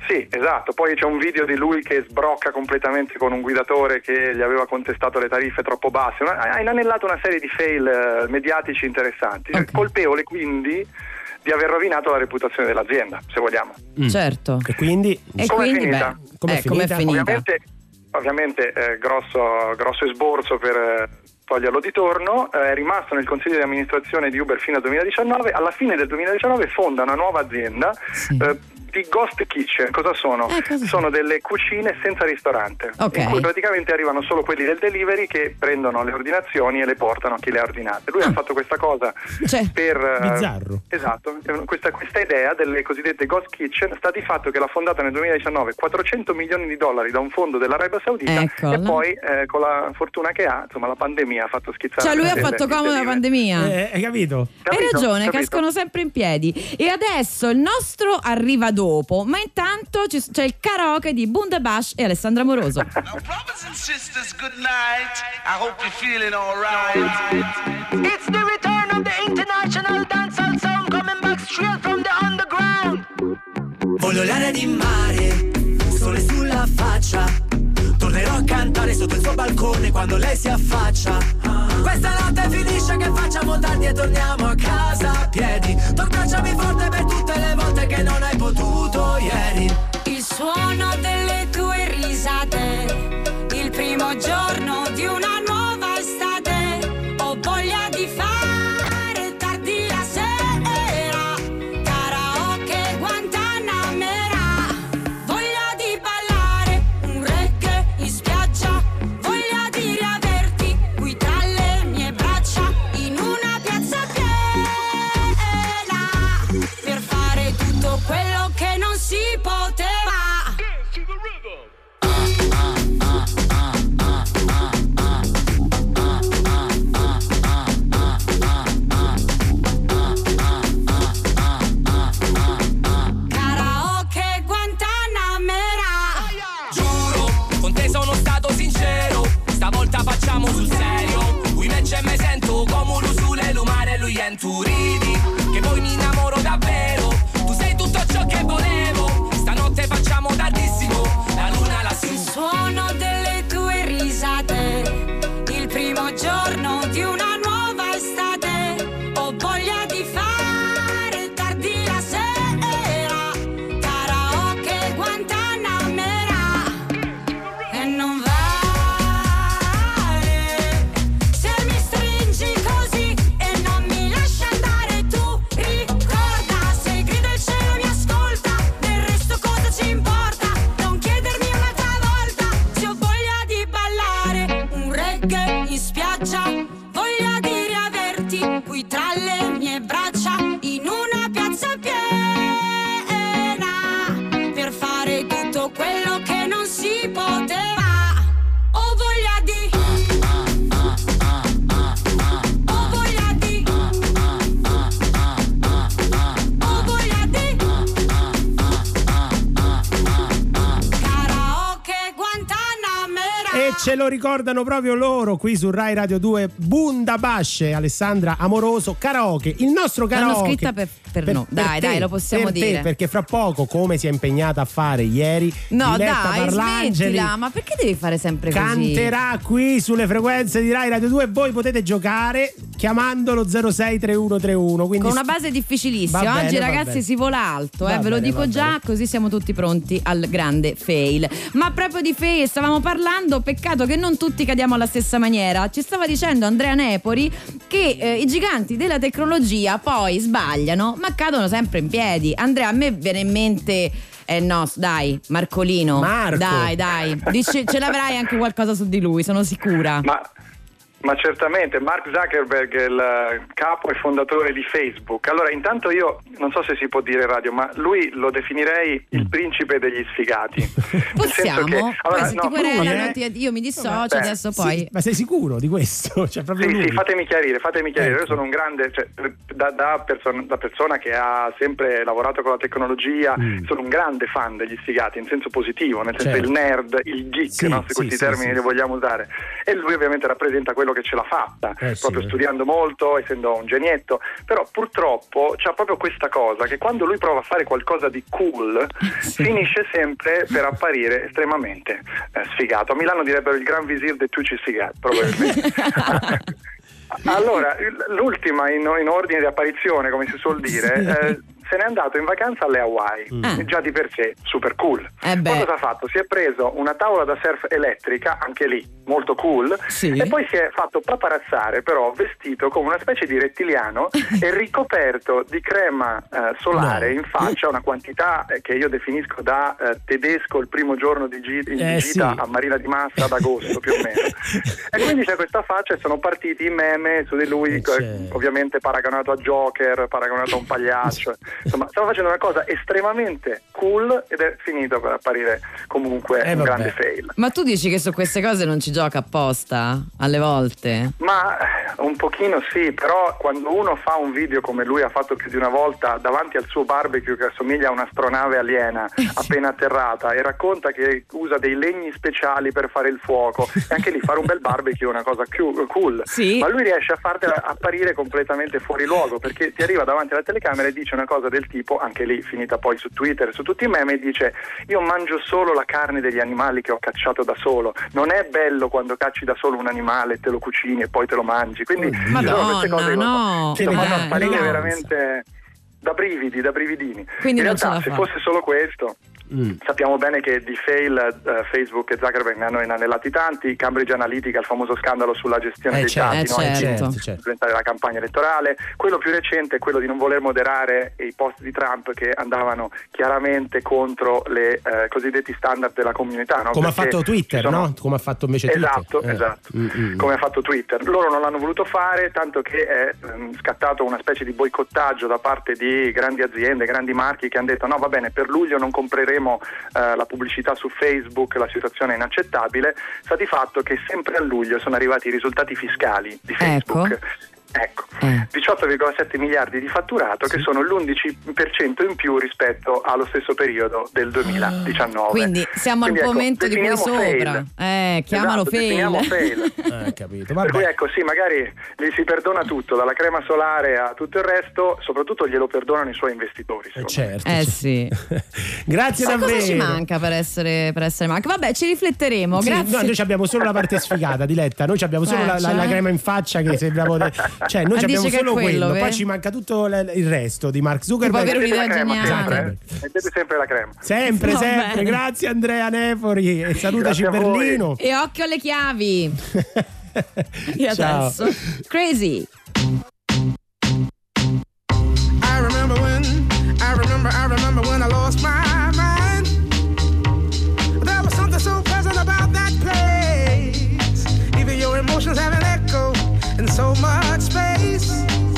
Sì, esatto, poi c'è un video di lui che sbrocca completamente con un guidatore che gli aveva contestato le tariffe troppo basse, ha inanellato una serie di fail mediatici interessanti, colpevole quindi di aver rovinato la reputazione dell'azienda, se vogliamo. Certo. E quindi? Com'è finita? Com'è finita? Ovviamente grosso esborso per toglierlo di torno, è rimasto nel consiglio di amministrazione di Uber fino al 2019, alla fine del 2019 fonda una nuova azienda di Ghost Kitchen. Cosa sono? Sono delle cucine senza ristorante, in cui praticamente arrivano solo quelli del delivery che prendono le ordinazioni e le portano a chi le ha ordinate. Lui ha fatto questa cosa per bizzarro. Esatto, questa idea delle cosiddette Ghost Kitchen sta di fatto che l'ha fondata nel 2019 $400 milioni da un fondo dell'Arabia Saudita, e poi con la fortuna che ha, insomma, la pandemia ha fatto schizzare. Cioè lui ha fatto comodo la pandemia. Hai capito? Hai ragione, cascano sempre in piedi. E adesso il nostro arriva dopo, ma intanto c'è il karaoke di Bundabash e Alessandra Amoroso. Now, brothers and sisters, good night. I hope you're feeling all right. It's the return of the international dancehall sound coming back straight from the underground. Voglio l'aria di mare, sole sulla faccia. Tornerò a cantare sotto il suo balcone quando lei si affaccia. Questa notte finisce che facciamo tardi e torniamo a casa a piedi. Tu abbracciami forte per tutte le volte che non hai potuto ieri. Il suono delle tue risate, il primo giorno di una nuova estate. Ho voglia di fare tardi la sera, karaoke Guantanamera. Voglia di ballare un reggae in spiaggia, voglia di riaverti qui tra le mie braccia, in una piazza piena, per fare tutto quello che non si poteva. Karaoke Guantanamera. Giuro, con te sono stato sincero, stavolta facciamo sul serio. Qui me c'è me sento come lui sulle lumare, lui è in tu ridi, che poi mi innamoro davvero. Tu sei tutto ciò che volevo, stanotte facciamo tardissimo, la luna lassù. Il suono delle tue risate, il primo giorno di una nuova estate. Ho voglia di fare tardi la sera, karaoke Guantanamera. E non vale se mi stringi così e non mi lasci andare. Tu ricorda, se grido il cielo mi ascolta, del resto cosa ci importa? Non chiedermi un'altra volta se ho voglia di ballare un reggae in spiaggia, voglia di riaverti qui tra le mie braccia, in una piazza piena, per fare tutto quello che non si poteva. Ho voglia di, ho voglia di, ho voglia di, karaoke Guantanamera. E ce lo ricordano proprio loro qui su Rai Radio 2. Bundabash e Alessandra Amoroso, karaoke. Il nostro karaoke L'hanno scritta per no. Dai, te, lo possiamo per dire. te, perché fra poco, come si è impegnata a fare ieri, No, Diletta dai, Parlangeli smettila, ma perché devi fare sempre così? canterà qui sulle frequenze di Rai Radio 2 e voi potete giocare chiamandolo 063131. Quindi Con una base difficilissima. Va Oggi bene, va ragazzi bene. si vola alto, Va ve lo bene, dico va già, bene. così siamo tutti pronti al grande fail. Ma proprio di fail stavamo parlando, peccato che non tutti cadiamo alla stessa maniera. Ci stava dicendo Andrea Nepori che i giganti della tecnologia poi sbagliano, ma cadono sempre in piedi. Andrea, a me viene in mente no, dai, Marcolino. Marco. Dai, dici, ce l'avrai anche qualcosa su di lui, sono sicura. Ma certamente, Mark Zuckerberg è il capo e fondatore di Facebook. Allora, intanto io non so se si può dire in radio, ma lui lo definirei il principe degli sfigati. Possiamo? Nel senso che, Poi se ti querelano, lui io mi dissocio, adesso poi... Sì, ma sei sicuro di questo? Cioè, proprio lui? Sì, fatemi chiarire. Ecco. Io sono un grande, cioè, da persona che ha sempre lavorato con la tecnologia, sono un grande fan degli sfigati, in senso positivo, nel senso Certo. il nerd, il geek, Sì, no? Se questi sì, termini sì. li vogliamo usare. E lui ovviamente rappresenta quello che che ce l'ha fatta, proprio sì, studiando molto, essendo un genietto, però purtroppo c'ha proprio questa cosa che quando lui prova a fare qualcosa di cool finisce sempre per apparire estremamente sfigato. A Milano direbbero il gran visir de tucci sfigato, probabilmente. Allora, l'ultima in ordine di apparizione, come si suol dire, se n'è andato in vacanza alle Hawaii, già di per sé super cool. Poi cosa ha fatto? Si è preso una tavola da surf elettrica, anche lì molto cool, e poi si è fatto paparazzare, però vestito come una specie di rettiliano e ricoperto di crema solare in faccia, una quantità che io definisco da tedesco il primo giorno di gita a Marina di Massa ad agosto più o meno. E quindi c'è questa faccia e sono partiti i meme su di lui, ovviamente paragonato a Joker, paragonato a un pagliaccio. Insomma, stava facendo una cosa estremamente cool ed è finito per apparire comunque un grande fail. Ma tu dici che su queste cose non ci gioca apposta alle volte? Ma un pochino sì, però quando uno fa un video come lui ha fatto più di una volta davanti al suo barbecue che assomiglia a un'astronave aliena appena atterrata e racconta che usa dei legni speciali per fare il fuoco, e anche lì fare un bel barbecue è una cosa cool, ma lui riesce a fartela apparire completamente fuori luogo, perché ti arriva davanti alla telecamera e dice una cosa del tipo, anche lì finita poi su Twitter, su tutti i meme, e dice: io mangio solo la carne degli animali che ho cacciato da solo. Non è bello quando cacci da solo un animale, te lo cucini e poi te lo mangi. Quindi queste cose che fanno apparire veramente da brividi, da brividini. Quindi in non realtà se fosse solo questo, sappiamo bene che di fail Facebook e Zuckerberg ne hanno inanellati tanti. Cambridge Analytica, il famoso scandalo sulla gestione dei dati, diventare la campagna elettorale. Quello più recente è quello di non voler moderare i post di Trump che andavano chiaramente contro le cosiddetti standard della comunità, no? Come ha fatto Twitter, no? Come ha fatto invece Twitter. Esatto. Come ha fatto Twitter. Loro non l'hanno voluto fare, tanto che è scattato una specie di boicottaggio da parte di grandi aziende, grandi marchi che hanno detto: no, va bene, per luglio non compreremo la pubblicità su Facebook, la situazione è inaccettabile. Sta di fatto che sempre a luglio sono arrivati i risultati fiscali di Facebook. Ecco, 18,7 miliardi di fatturato, che sono l'11% in più rispetto allo stesso periodo del 2019. Quindi siamo al momento di cui sopra. Chiamalo fail. Capito. Per cui ecco, sì, magari gli si perdona tutto, dalla crema solare a tutto il resto, soprattutto glielo perdonano i suoi investitori. Sì. Grazie davvero. Cosa ci manca per essere manca? Vabbè, ci rifletteremo. Grazie. No, noi abbiamo solo la parte sfigata, Diletta. Noi abbiamo solo la crema in faccia che sembrava cioè noi abbiamo solo quello, poi ci manca tutto il resto di Mark Zuckerberg. Può avere un'idea geniale. Mettete sempre la crema. Sempre. Grazie Andrea Nefori e salutaci Berlino. E occhio alle chiavi. E adesso Crazy. I remember when I lost my mind. There was something so pleasant about that place. Even your emotions have an echo in so much space.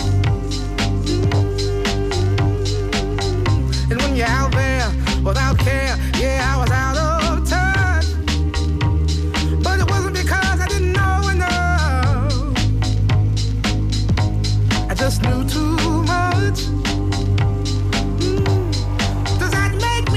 And when you're out there without care, I was out of touch. But it wasn't because I didn't know enough. I just knew too much. Does that make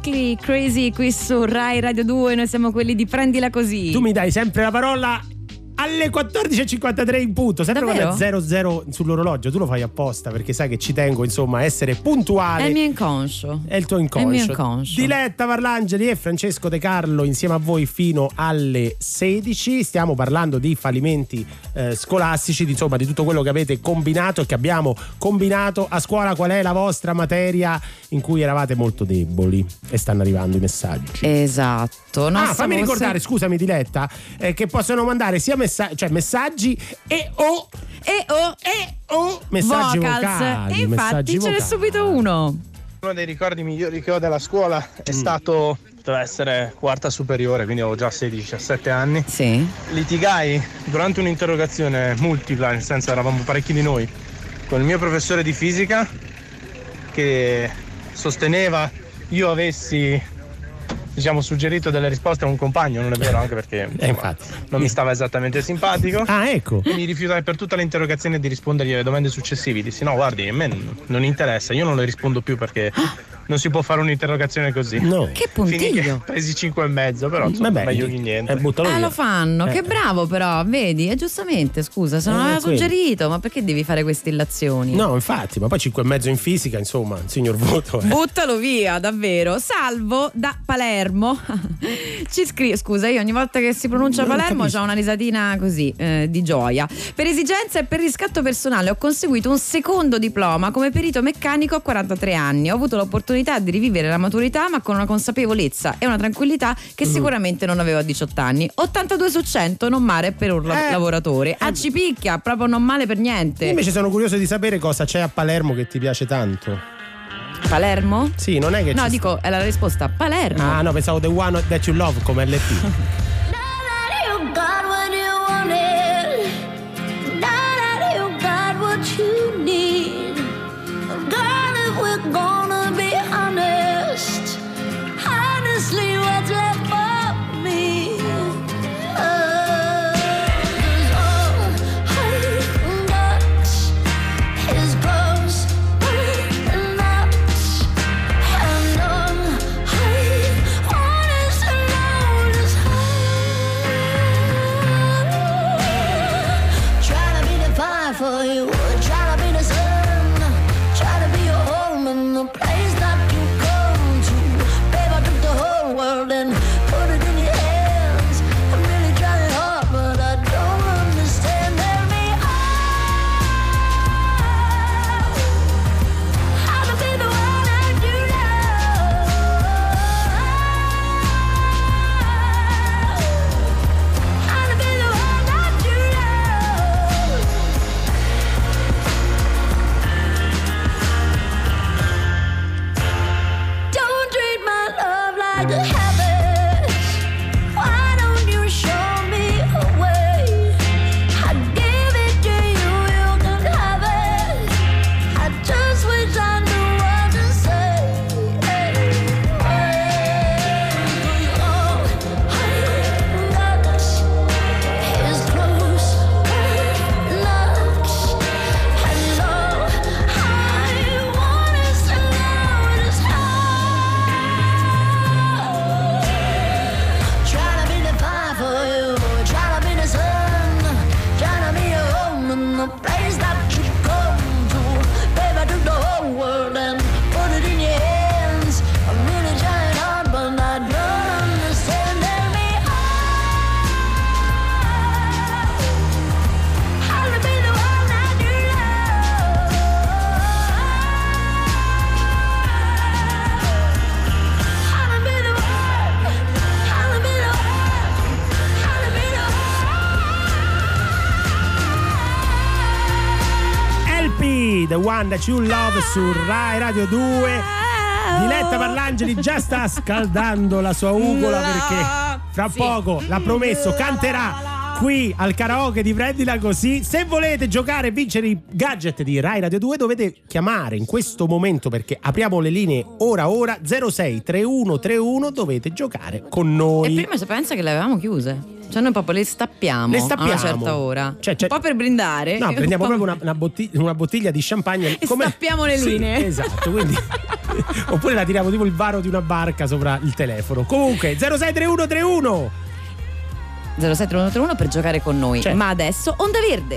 Buckley, Crazy qui su Rai Radio 2. Noi siamo quelli di Prendila Così. Tu mi dai sempre la parola alle 14.53 in punto, sempre Davvero? quando è 00 sull'orologio. Tu lo fai apposta perché sai che ci tengo, insomma, a essere puntuale. È il mio inconscio. È il tuo inconscio. È il mio inconscio. Diletta Parlangeli e Francesco De Carlo insieme a voi fino alle 16. Stiamo parlando di fallimenti scolastici, insomma di tutto quello che avete combinato e che abbiamo combinato a scuola. Qual è la vostra materia in cui eravate molto deboli? E stanno arrivando i messaggi. Esatto. Fammi ricordare, scusami Diletta, che possono mandare sia messaggi e o messaggi vocali. E infatti ce n'è subito uno. Uno dei ricordi migliori che ho della scuola è stato, poteva essere quarta superiore, quindi avevo già 16-17 anni. Sì. Litigai durante un'interrogazione multipla, nel senso eravamo parecchi di noi, con il mio professore di fisica che sosteneva io avessi suggerito delle risposte a un compagno, non è vero, anche perché infatti non mi stava esattamente simpatico. Ah, ecco. Mi rifiutai per tutta l'interrogazione di rispondergli alle domande successive. Dissi no, guardi, a me non interessa, io non le rispondo più perché non si può fare un'interrogazione così. No. Che puntiglio. Presi 5,5, però insomma, meglio che niente. Lo fanno, che bravo però, vedi, e giustamente, scusa, se non aveva suggerito, ma perché devi fare queste illazioni? No, infatti, ma poi 5,5 in fisica, insomma, il signor voto. Buttalo via, davvero. Salvo da Palermo ci scrive, scusa, io ogni volta che si pronuncia Palermo c'ho una risatina così di gioia. Per esigenza e per riscatto personale ho conseguito un secondo diploma come perito meccanico a 43 anni. Ho avuto l'opportunità di rivivere la maturità, ma con una consapevolezza e una tranquillità che sicuramente non avevo a 18 anni. 82 su 100, non male per un lavoratore. Ci picchia, proprio non male per niente. Io invece sono curioso di sapere cosa c'è a Palermo che ti piace tanto. Palermo? Sì, non è che no, dico, è la risposta Palermo. Ah no, pensavo The One That You Love come LP. For you, try to be the sun, try to be your home in the place that you come to. Babe, I took the whole world and put it in your hands. I'm really trying hard, but I don't understand. Tell me how to be the one that you love, how to be the one that you love. Don't treat my love like a habit. Why don't you show me a way? I give it to you, you can have it. I just wish I knew what to say. His close looks, and all I want is to know just how. Try to be the fire for you, try to be the sun, try to be your home in the place that you come to. Babe, I took the whole world and put it in your hands. I'm really trying hard, but I don't understand. Tell me how to be the one that you love, how to be the one, how to be the one, how to be the LP, The One That You Love su Rai Radio 2. Diletta Parlangeli già sta scaldando la sua ugola perché fra poco, l'ha promesso, canterà qui al karaoke di Prendila Così. Se volete giocare e vincere i gadget di Rai Radio 2 dovete chiamare in questo momento, perché apriamo le linee ora 06 31 31, dovete giocare con noi. E prima si pensa che le avevamo chiuse. Cioè noi proprio le stappiamo a una certa ora. Cioè, un po' per brindare. No, prendiamo proprio una bottiglia di champagne e stappiamo le linee. Sì, esatto, quindi Oppure la tiriamo tipo il varo di una barca sopra il telefono. Comunque 063131 07131 per giocare con noi. Certo. Ma adesso Onda Verde.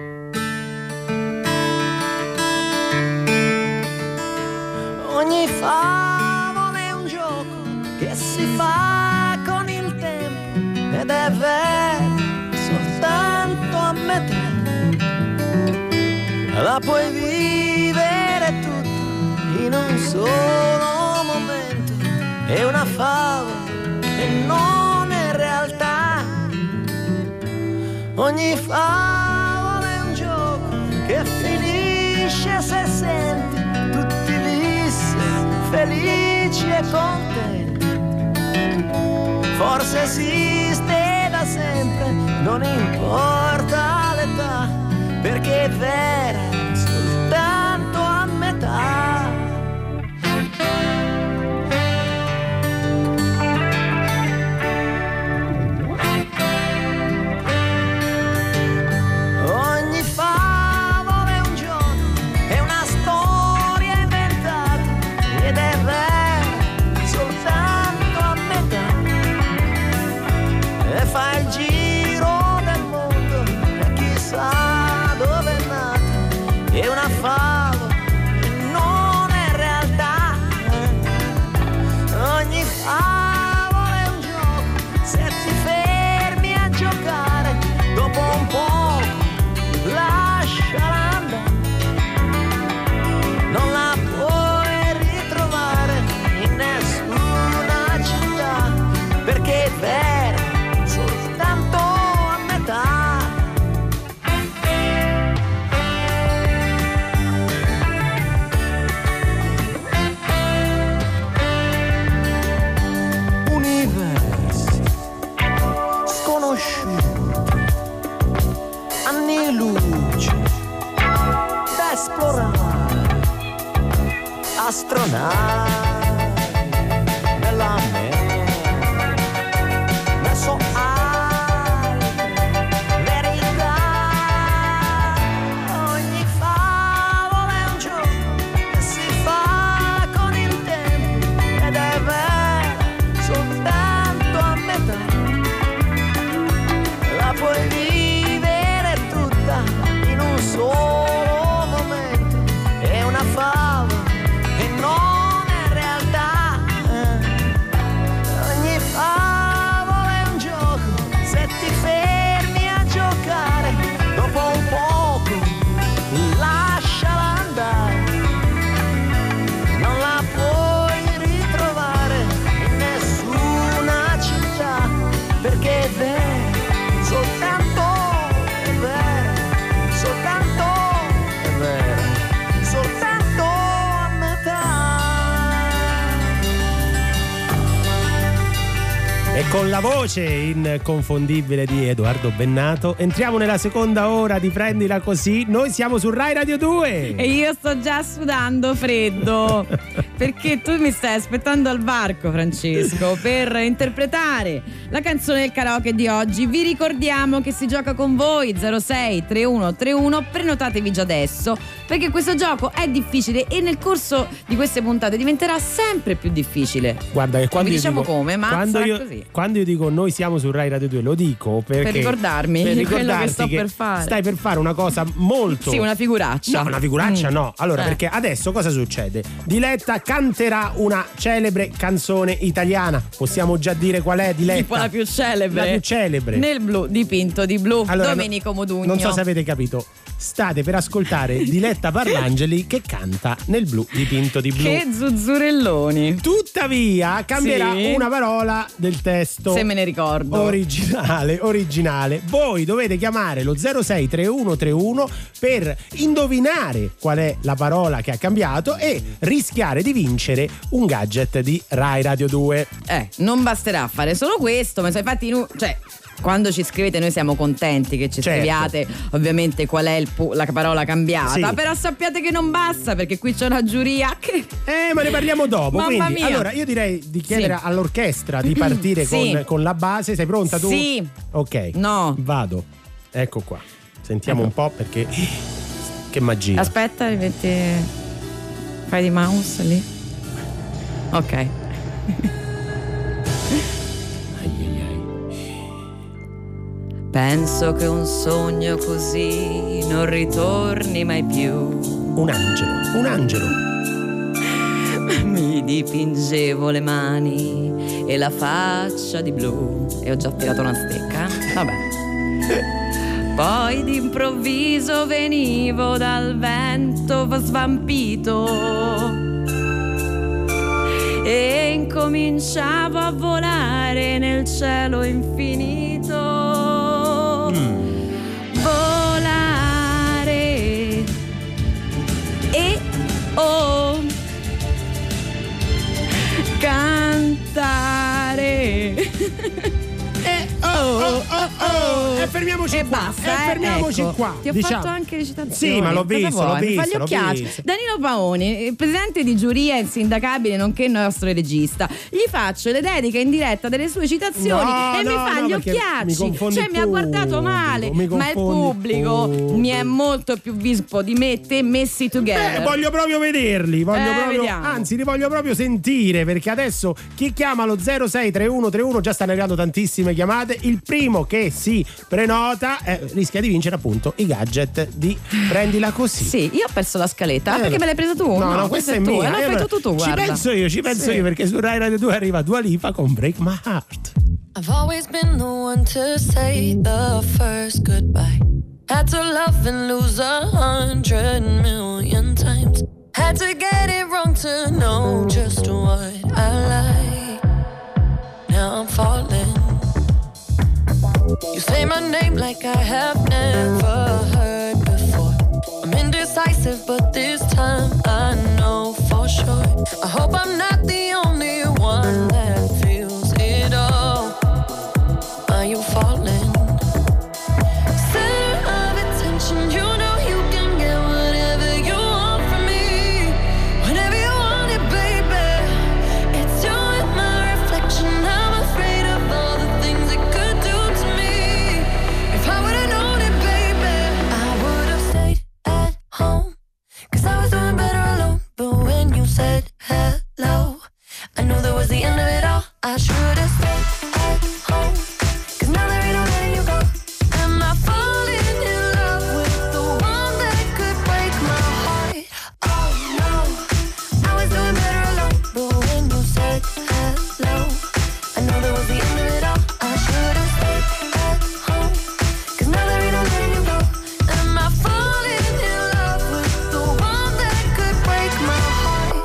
Ogni favola è un gioco che si fa con il tempo ed è vero soltanto a metà. La puoi vivere tutta in un solo momento. È una favola e non è realtà. Ogni favola è un gioco che finisce se senti tutti felici e contenti. Forse esiste da sempre, non importa l'età, perché è vera soltanto a metà. Ogni favola è un gioco, è una storia inventata ed è vera soltanto a metà. E fa il giro del mondo e chissà dove è nata. È una favola e non è realtà. Ogni favola è un gioco, se ti fermi a giocare, dopo un po' lasciala andare. Non la puoi ritrovare in nessuna città, perché è vera soltanto a metà. Universi sconosciuti, anni luce da esplorare, astronavi nella mente, ne so altre verità. Ogni favola è un gioco che si fa con il tempo ed è vera soltanto a metà. La puoi vivere tutta in un solo momento. È una favola e non è realtà. Ogni favola è un gioco, se ti fermi a giocare, dopo un poco lasciala andare. Non la puoi ritrovare in nessuna città, perché è vera soltanto, è vera soltanto, è vera soltanto a metà. E con la voce inconfondibile di Edoardo Bennato entriamo nella seconda ora di Prendila Così. Noi siamo su Rai Radio 2 E io sto già sudando freddo perché tu mi stai aspettando al varco, Francesco, per interpretare la canzone del karaoke di oggi. Vi ricordiamo che si gioca con voi 06 3131, prenotatevi già adesso perché questo gioco è difficile e nel corso di queste puntate diventerà sempre più difficile. Guarda che quando vi io diciamo dico, come, ma sarà così. Quando io dico noi siamo su Rai Radio 2 lo dico perché Per ricordarmi quello che ricordarti sto per fare. Stai per fare una cosa molto... Sì, una figuraccia. No, una figuraccia no. Allora, perché adesso cosa succede? Diletta canterà una celebre canzone italiana. Possiamo già dire qual è, Diletta? Tipo la più celebre. La più celebre. Nel blu, dipinto di blu, Allora, Domenico Modugno. Non so se avete capito. State per ascoltare Diletta Parlangeli che canta Nel blu dipinto di blu. Che zuzzurelloni. Tuttavia cambierà una parola del testo. Se me ne ricordo. Originale. Voi dovete chiamare lo 063131 per indovinare qual è la parola che ha cambiato e rischiare di vincere un gadget di Rai Radio 2. Non basterà fare solo questo, ma infatti quando ci scrivete noi siamo contenti che ci scriviate ovviamente qual è la parola cambiata, Sì. però sappiate che non basta perché qui c'è una giuria che... Ma ne parliamo dopo. Mamma Quindi mia. allora io direi di chiedere Sì. all'orchestra di partire Sì. con la base. Sei pronta tu? Sì. Ok. No. Vado. Ecco qua. Sentiamo un po' perché che magia. Aspetta, fai di mouse lì. Ok. Penso che un sogno così non ritorni mai più. Un angelo. Mi dipingevo le mani e la faccia di blu. E ho già tirato una stecca. Vabbè. Poi d'improvviso venivo dal vento svampito e incominciavo a volare nel cielo infinito. Volare e cantare. E fermiamoci e qua. Basta, fermiamoci ecco. qua. Ti ho fatto anche recitazione. Sì, ma l'ho visto. Fagli occhiacci. Danilo Paoni, presidente di giuria insindacabile nonché nostro regista. Gli faccio le dediche in diretta delle sue citazioni mi fa gli occhiacci. Mi ha guardato male, ma il pubblico mi è molto più vispo di me e te messi together. Voglio proprio vederli, vediamo. Anzi, li voglio proprio sentire, perché adesso chi chiama lo 063131 già stanno arrivando tantissime chiamate. Il primo che si prenota rischia di vincere appunto i gadget di Prendila Così. Sì, io ho perso la scaletta perché me l'hai presa tu. No, questa è mia. L'hai fatto tu, guarda. Ci penso io perché su Rai Radio 2 arriva Dua Lipa con Break My Heart. I've always been the one to say the first goodbye. Had to love and lose 100 million times. Had to get it wrong to know just what I like. Now I'm falling. You say my name like I have never heard before. I'm indecisive, but this time I know for sure. I hope I'm not the only one that feels it all. Are you falling? Center of attention, you know you can get whatever you want from me. Whenever you want it, baby. It's you and my reflection. I'm afraid of all the things it could do to me. If I would've known it, baby, I would've stayed at home. 'Cause I was doing better alone. But when you said hello, I knew that was the end of it all. I should've stayed at home. 'Cause now there ain't no letting you go. Am I falling in love with the one that could break my heart? Oh no, I was doing better alone. But when you said hello, I knew that was the end of it all. I should've stayed at home. 'Cause now there ain't no letting you go. Am I falling in love with the one that could break my heart?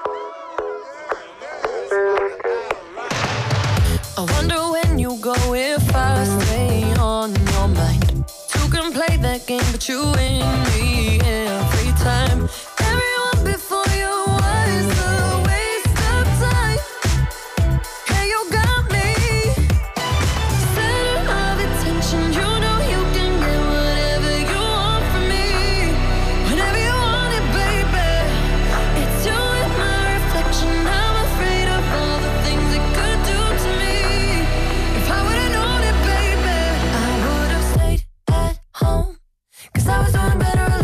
I wonder when you go if I stay on your mind. Two can play that game, but you win me every time. Everyone before you was a waste of time. Hey, you got me. Center of attention, you know you can get whatever you want from me. Whenever you want it, baby. It's you and my reflection. I'm afraid of all the things it could do to me. If I would've known it, baby, I would've stayed at home. 'Cause I was doing better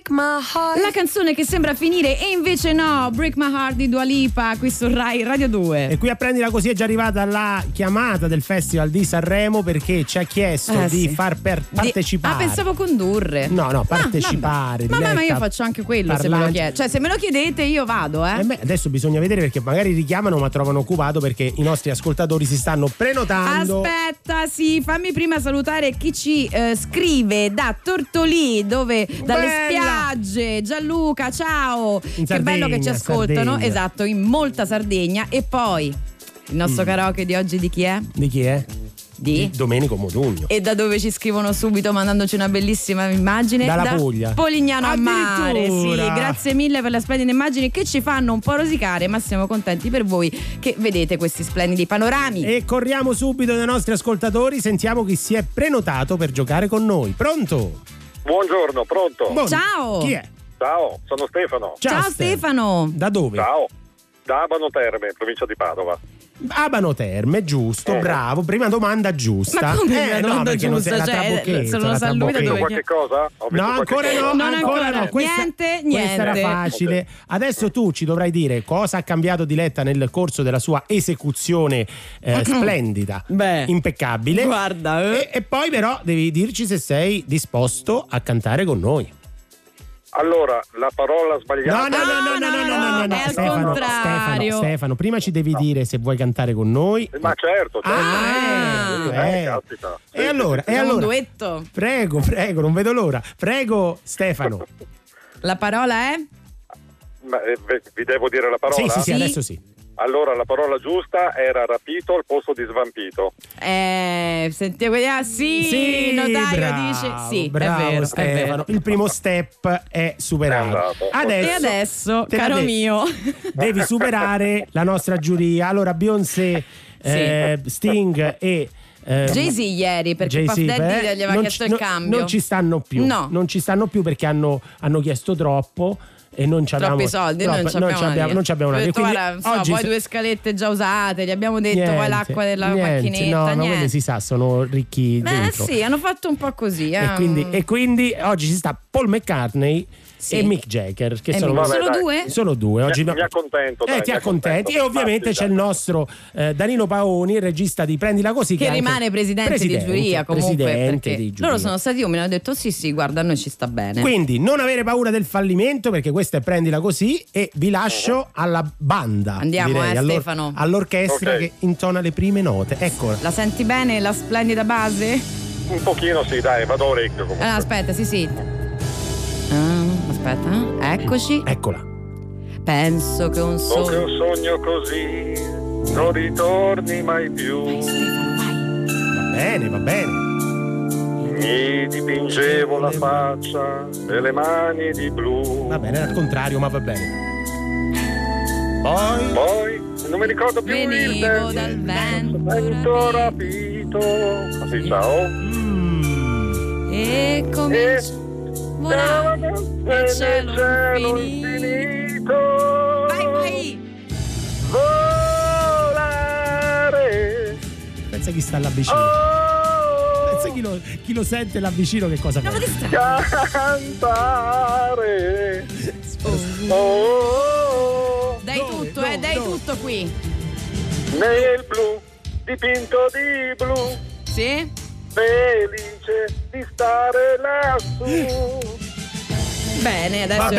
Break My Heart. La canzone che sembra finire e invece no, Break My Heart di Dua Lipa, qui su Rai Radio 2. E qui a Prendila Così è già arrivata la chiamata del Festival di Sanremo, perché ci ha chiesto di far partecipare. Pensavo condurre. No, partecipare. Ma io faccio anche quello, se me lo chiedete. Cioè, se me lo chiedete io vado, adesso bisogna vedere, perché magari richiamano ma trovano occupato, perché i nostri ascoltatori si stanno prenotando. Aspetta, sì, fammi prima salutare chi ci scrive da Tortolì, dalle spiagge. Gianluca, ciao. Che bello che ci ascoltano. Sardegna. Esatto, in molta Sardegna. E poi il nostro karaoke di oggi di chi è? Di chi è? Di Domenico Modugno. E da dove ci scrivono subito mandandoci una bellissima immagine? Dalla da Puglia. Polignano a Mare. Sì, grazie mille per le splendide immagini che ci fanno un po' rosicare, ma siamo contenti per voi che vedete questi splendidi panorami. E corriamo subito dai nostri ascoltatori, sentiamo chi si è prenotato per giocare con noi. Pronto? Buongiorno, pronto? Ciao. Chi è? Ciao, sono Stefano. Ciao Stefano. Da dove? Ciao. Da Abano Terme, provincia di Padova. Abano Terme, giusto, bravo. Prima domanda giusta. Ma come perché giusta? Non sei la Se non lo sa lui da dove qualche cosa? No, ancora no. Niente. Questa era facile. Adesso tu ci dovrai dire cosa ha cambiato Diletta nel corso della sua esecuzione splendida, impeccabile. Guarda. E poi però devi dirci se sei disposto a cantare con noi. Allora, la parola sbagliata. No, è al contrario. Stefano, prima ci devi dire se vuoi cantare con noi. Ma certo. Caspita. E allora, un duetto. Prego, non vedo l'ora. Prego, Stefano. La parola è? Ma, vi devo dire la parola? Sì, adesso sì. Allora, la parola giusta era rapito al posto di svampito. Sentiamo, sì, notaio bravo, dice sì, bravo, è vero, Stefano. è vero. Il primo step è superato. E adesso, caro mio, devi superare la nostra giuria. Allora, Beyoncé, Sting e Jay-Z ieri, perché Puff Daddy gli aveva chiesto il cambio. Non ci stanno più. No. Non ci stanno più perché hanno chiesto troppo. E non troppi soldi, noi non abbiamo una. Guarda, oggi poi 2 scalette già usate, gli abbiamo detto poi l'acqua della macchinetta. No, quelli si sa, sono ricchi dentro. Sì, hanno fatto un po' così. E quindi oggi ci sta Paul McCartney e Mick Jagger, che sono due? Sono due. Oggi mi accontento. Ti accontenti. E ovviamente c'è il nostro Danilo Paoni, il regista di Prendila Così, che rimane presidente di giuria comunque, perché loro sono stati umili, hanno detto sì, guarda, a noi ci sta bene. Quindi non avere paura del fallimento, perché questa è Prendila Così, e vi lascio alla banda. Andiamo, Stefano. All'orchestra che intona le prime note. Eccola. La senti bene la splendida base? Un pochino sì, dai, vado orecchio comunque. Aspetta, sì. Aspetta, eccoci. Eccola. Penso che un sogno così non ritorni mai più. Vai, Stefano, vai. Va bene. Mi dipingevo la faccia e le mani di blu. Va bene, era al contrario, ma va bene. Poi non mi ricordo più venivo dal vento rapito. Così, ciao. E comincio nel cielo infinito. Vai. Volare. Pensa chi sta là vicino. Pensa chi lo sente là vicino, che cosa fa? Cantare. Dai tutto, dai tutto qui. Nel blu, dipinto di blu. Sì? Felice di stare lassù. Bene, adesso va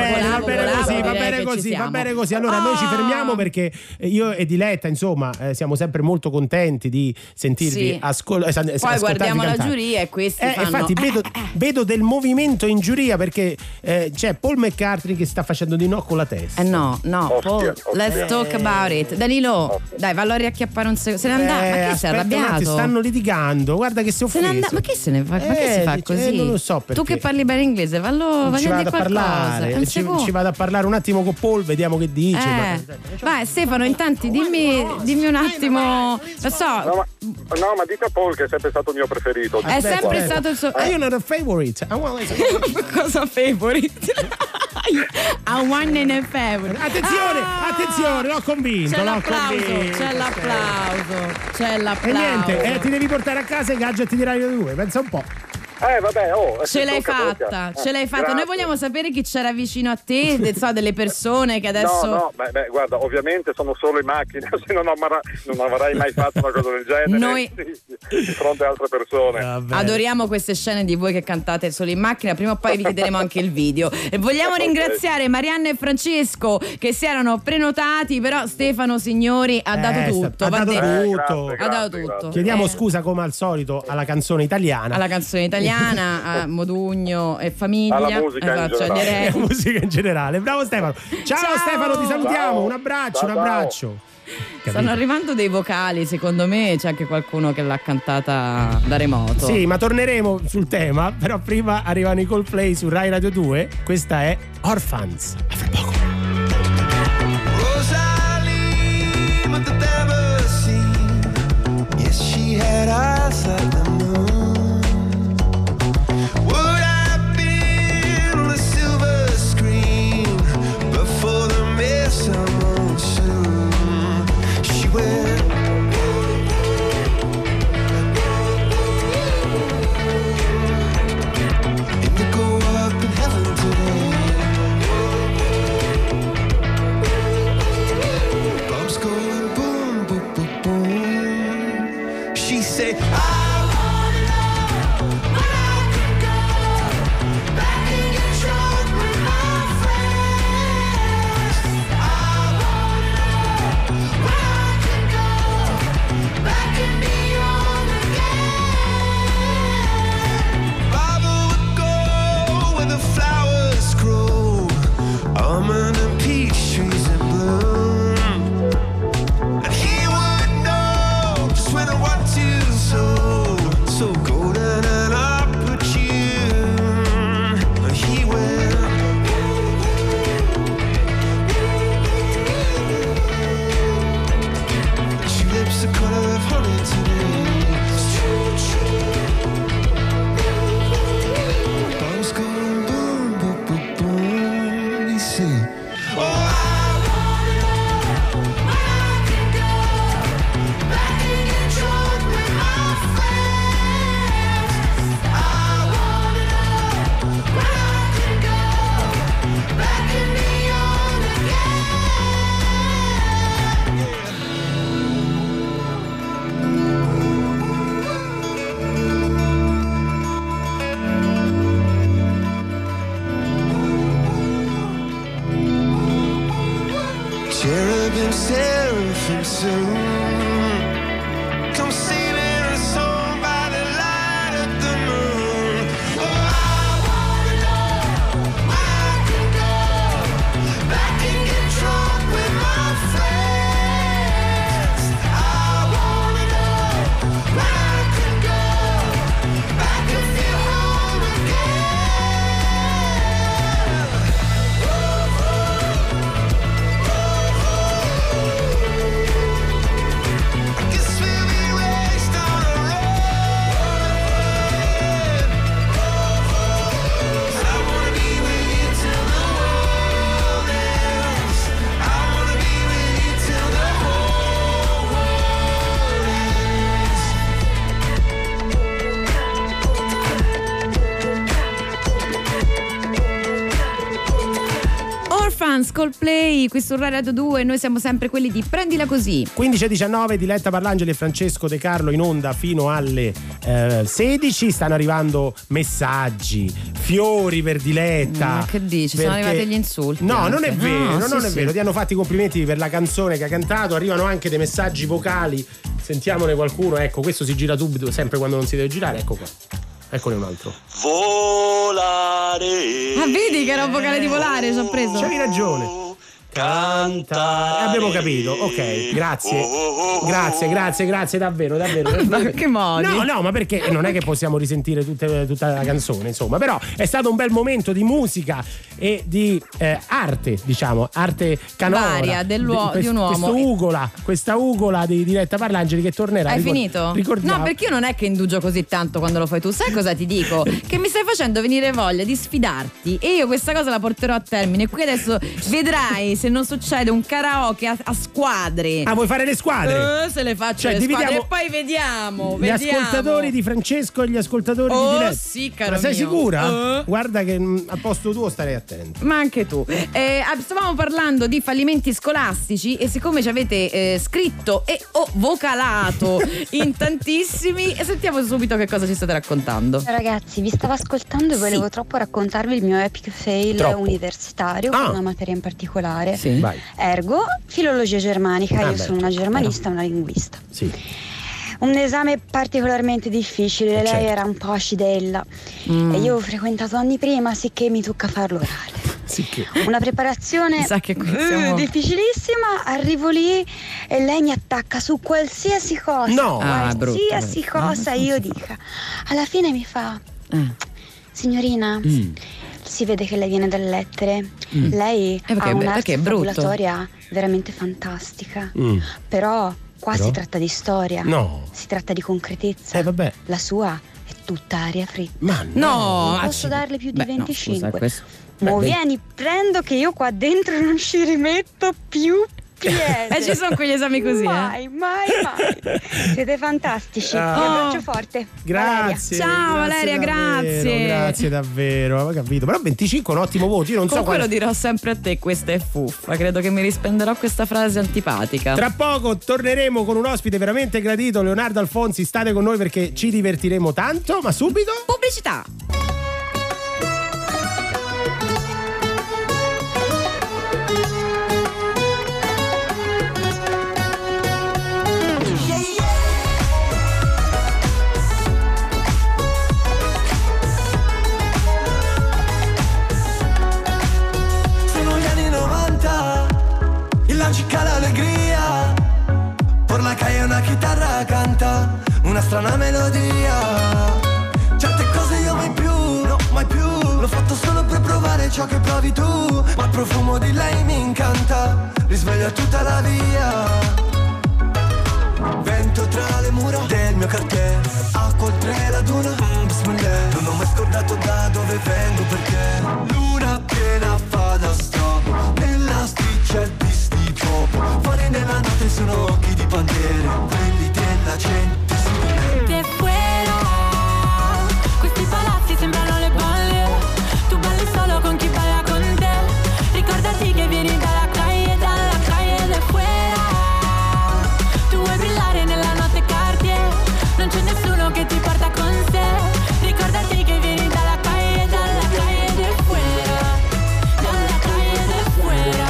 bene così. Allora noi ci fermiamo, perché io e Diletta, insomma, siamo sempre molto contenti di sentirvi ascoltare. Poi guardiamo la giuria e questi fanno. Infatti vedo del movimento in giuria, perché c'è Paul McCartney che sta facendo di no con la testa. No, Paul, let's talk about it. Danilo, dai, vallo a riacchiappare un secondo. Se ne andà, ma che sei arrabbiato? Stanno litigando, guarda che si è offeso. Ma che se ne fa? Ma che si fa così? Non lo so perché. Tu che parli bene inglese, vallo a qualcosa. Ci vado a parlare un attimo con Paul, vediamo che dice. Vai Stefano, intanto dimmi un attimo. Lo so. No, ma dica Paul che è sempre stato il mio preferito. È sempre stato il suo. Io non ho favorite. Cosa favorite? A one in a favorite. Attenzione, l'ho convinto. C'è l'applauso. E niente, ti devi portare a casa i gadget di Radio 2, pensa un po'. vabbè, ce l'hai fatta, ce l'hai fatta. Noi vogliamo sapere chi c'era vicino a te, delle persone che adesso. No, beh, guarda, ovviamente sono solo in macchina, se non avrai mai fatto una cosa del genere. Noi di fronte a altre persone. Adoriamo queste scene di voi che cantate solo in macchina. Prima o poi vi chiederemo anche il video. E vogliamo ringraziare Marianna e Francesco che si erano prenotati, però Stefano Signori ha dato tutto. Ha dato tutto. Chiediamo scusa come al solito alla canzone italiana. A Modugno e famiglia. Alla musica in generale. Bravo Stefano. Ciao. Stefano, ti salutiamo. Un abbraccio. Stanno arrivando dei vocali, secondo me c'è anche qualcuno che l'ha cantata da remoto. Sì, ma torneremo sul tema, però prima arrivano i Coldplay su Rai Radio 2. Questa è Orphans. A fra poco. Rosalie, but the never seen. Yes, she had eyes like the moon. Would have been on a silver screen before the mess I'm on soon. She went. Indigo up in heaven today. Bombs going boom, boom, boom, boom. She said, I wanna know when I can go back and get drunk with my friends. I wanna know when I can go back and be young again. Baba would go where the flowers grow, almond and peach trees in bloom. And he would know just when I want to sow, so golden and opportune. He went. Tulips the color of honey today. Bombs going boom, boom, boom, boom. He said, oh, I wanna know when I can go back and get drunk with my friends. I wanna know when I can go back and be young again. Cherubim, seraphim soon come singing a song by the light of the moon. Oh, I wanna know when I can go back and get drunk with my friends. I wanna know when I can go back and feel home again. I guess we'll be raised on a road. I wanna be with you till the world ends. I wanna be with you till the whole world Orphans, Coldplay, qui su Rai Radio 2. Noi siamo sempre quelli di Prendila Così. 15:19, Diletta Parlangeli e Francesco De Carlo in onda fino alle 16. Stanno arrivando messaggi, fiori per Diletta. Ma che dici? Sono arrivati gli insulti. No, anche. non è vero, No, non sì, è sì. vero. Ti hanno fatto i complimenti per la canzone che ha cantato. Arrivano anche dei messaggi vocali. Sentiamone qualcuno. Ecco, questo si gira subito, sempre quando non si deve girare. Ecco qua. Eccone un altro. Volare. Ah, vedi che era un vocale di volare, ci ho preso. C'avevi ragione. Cantare. Abbiamo capito, ok, grazie. Grazie, davvero. Ma che modi? No, ma perché non è che possiamo risentire tutta la canzone, insomma, però è stato un bel momento di musica e di arte, diciamo, arte canora. Varia di un uomo. Questa ugola di Diletta Parlangeli che tornerà. Hai finito? Ricordiamo. No, perché io non è che indugio così tanto quando lo fai tu. Sai cosa ti dico? Che mi stai facendo venire voglia di sfidarti e io questa cosa la porterò a termine. Qui adesso vedrai se se non succede un karaoke a squadre. Ah, vuoi fare le squadre? Se le faccio Cioè, le squadre dividiamo e poi vediamo. Gli ascoltatori di Francesco e gli ascoltatori di Diletta. Sì, caro Ma sei mio. sicura? Guarda che al posto tuo starei attento. Ma anche tu. Stavamo parlando di fallimenti scolastici e siccome ci avete scritto e o vocalato in tantissimi, sentiamo subito che cosa ci state raccontando. Ragazzi, vi stavo ascoltando e volevo troppo raccontarvi il mio epic fail universitario con una materia in particolare. Sì. Vai. Ergo, filologia germanica. Io beh, sono una germanista e una linguista. Sì. Un esame particolarmente difficile, lei certo. era un po' acidella e io ho frequentato anni prima, sicché mi tocca farlo orale. Sicché. Una preparazione difficilissima, arrivo lì e lei mi attacca su qualsiasi cosa. No. Qualsiasi brutto. cosa io dica. Alla fine mi fa: signorina, si vede che lei viene dalle lettere. Lei ha un'arte fabulatoria veramente fantastica. Però qua si tratta di storia. No. Si tratta di concretezza. Vabbè. La sua è tutta aria fritta. Ma no. Non posso darle più di 25. No, scusa, Mo vieni, prendo che io qua dentro non ci rimetto più piede. Ci sono quegli esami così, mai. Siete fantastici. Vi abbraccio forte. Grazie. Ciao Valeria, grazie. Grazie davvero, avevo capito. Però 25 è un ottimo voto. Io non so Comunque lo dirò sempre a te, questa è fuffa. Credo che mi risponderò questa frase antipatica. Tra poco torneremo con un ospite veramente gradito, Leonardo Alfonsi. State con noi perché ci divertiremo tanto, ma subito pubblicità. Lanci l'allegria, por la calle una chitarra canta una strana melodia. Certe cose io mai più, no mai più, l'ho fatto solo per provare ciò che provi tu, ma il profumo di lei mi incanta, risveglia tutta la via. Vento tra le mura del mio quartiere, acqua oltre la duna, bismillah. Non ho mai scordato da dove vengo perché luna piena fa da stop, nella striscia il fuori nella notte sono occhi di bandiere, quelli della gente. De fuera, questi palazzi sembrano le balle. Tu balli solo con chi balla con te. Ricordati che vieni dalla calle de fuera. Tu vuoi brillare nella notte Cartier, non c'è nessuno che ti porta con sé. Ricordati che vieni dalla calle de fuera. Dalla calle de fuera.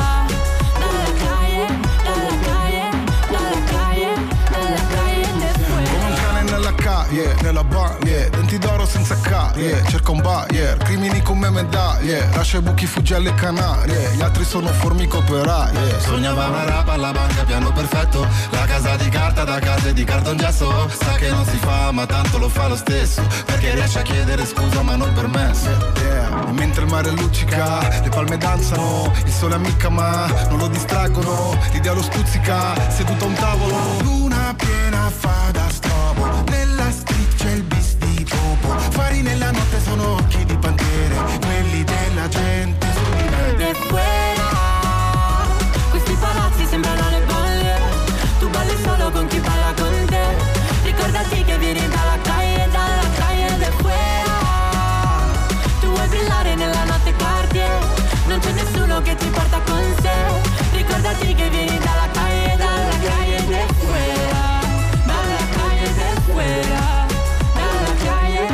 Yeah, nella bar, yeah, denti d'oro senza K, yeah, cerca un buyer, crimini come medaglie, lascia i buchi, fuggi alle Canarie, gli altri sono formiche operaie. Sognava una rapa alla banca, piano perfetto, la casa di carta da case di cartongesso, sa che non si fa ma tanto lo fa lo stesso, perché riesce a chiedere scusa ma non permesso. Yeah, e mentre il mare luccica, le palme danzano, il sole ammicca ma non lo distraggono, l'idea lo stuzzica, seduto a un tavolo, luna piena fa da strobo, nella street c'è il bis di topo, fari nella notte sono occhi di bandiere, quelli della gente. De fuera, questi palazzi sembrano le balle. Tu balli solo con chi balla con te. Ricordati che vieni dalla calle de fuera. Tu vuoi brillare nella notte Cartier, non c'è nessuno che ti porta con sé. Ricordati che vieni dalla calle de fuera. Dalla calle de fuera. Dalla calle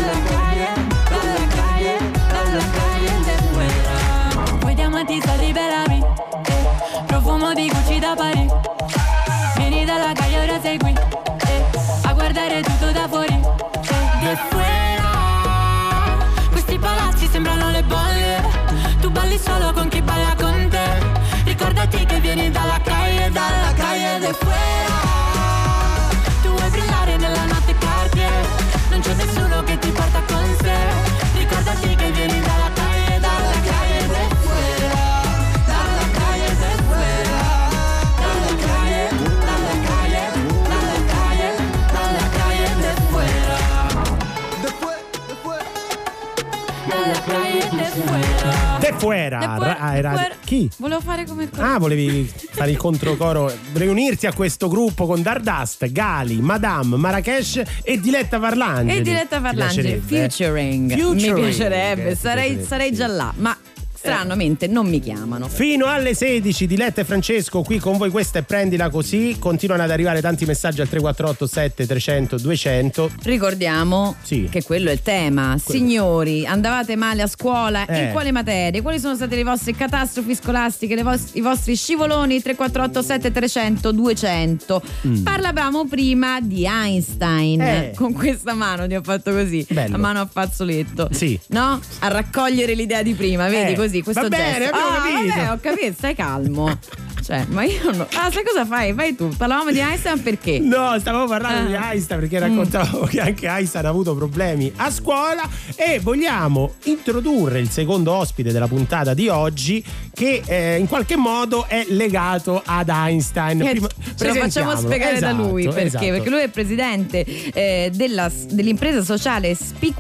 de fuera. Poi diamanti soldi per la vita, profumo di Gucci da Parigi. Vieni dalla calle, ora sei qui, a guardare tutto da fuori. De fuera, questi palazzi sembrano le balle. Tu balli solo con chi balla con te. Ricordati che vieni dalla calle de fuera. Tu vuoi brillare nella notte Cartier, non c'è nessuno che ti porta con sé. Ricordati che vieni dalla calle de fuera. Dalla calle de fuera. Dalla calle de fuera. De Fuera. Era chi? Volevo fare come quello. Ah, volevi fare il controcoro, volevi unirti a questo gruppo con Dardust, Gali, Madame, Marrakesh e Diletta Parlangeli. Featuring. Mi piacerebbe, sarei già là, ma stranamente non mi chiamano. Fino alle 16 Diletta e Francesco qui con voi, questa è Prendila Così. Continuano ad arrivare tanti messaggi al 348 7300 200. Ricordiamo che quello è il tema. Signori, andavate male a scuola? In quale materie? Quali sono state le vostre catastrofi scolastiche, i vostri scivoloni? 348 7300 200. Parlavamo prima di Einstein. Con questa mano ti ho fatto così. Bello. La mano a fazzoletto. Sì. No? A raccogliere l'idea di prima, vedi così. Questo va bene, gesto. abbiamo capito. Vabbè, ho capito, stai calmo. Cioè, ma io non. Sai cosa fai? Vai tu. Parlavamo di Einstein perché? No, stavamo parlando di Einstein perché raccontavo che anche Einstein ha avuto problemi a scuola e vogliamo introdurre il secondo ospite della puntata di oggi che in qualche modo è legato ad Einstein. Ce lo facciamo spiegare da lui perché lui è presidente dell'impresa sociale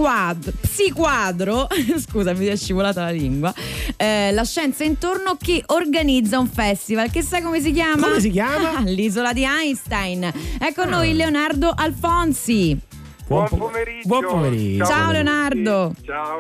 Psiquadro. Scusa, mi è scivolata la lingua. La scienza intorno, che organizza un festival che sai come si chiama? Come si chiama? L'Isola di Einstein. È con noi Leonardo Alfonsi. Buon pomeriggio. Buon pomeriggio. Ciao Leonardo.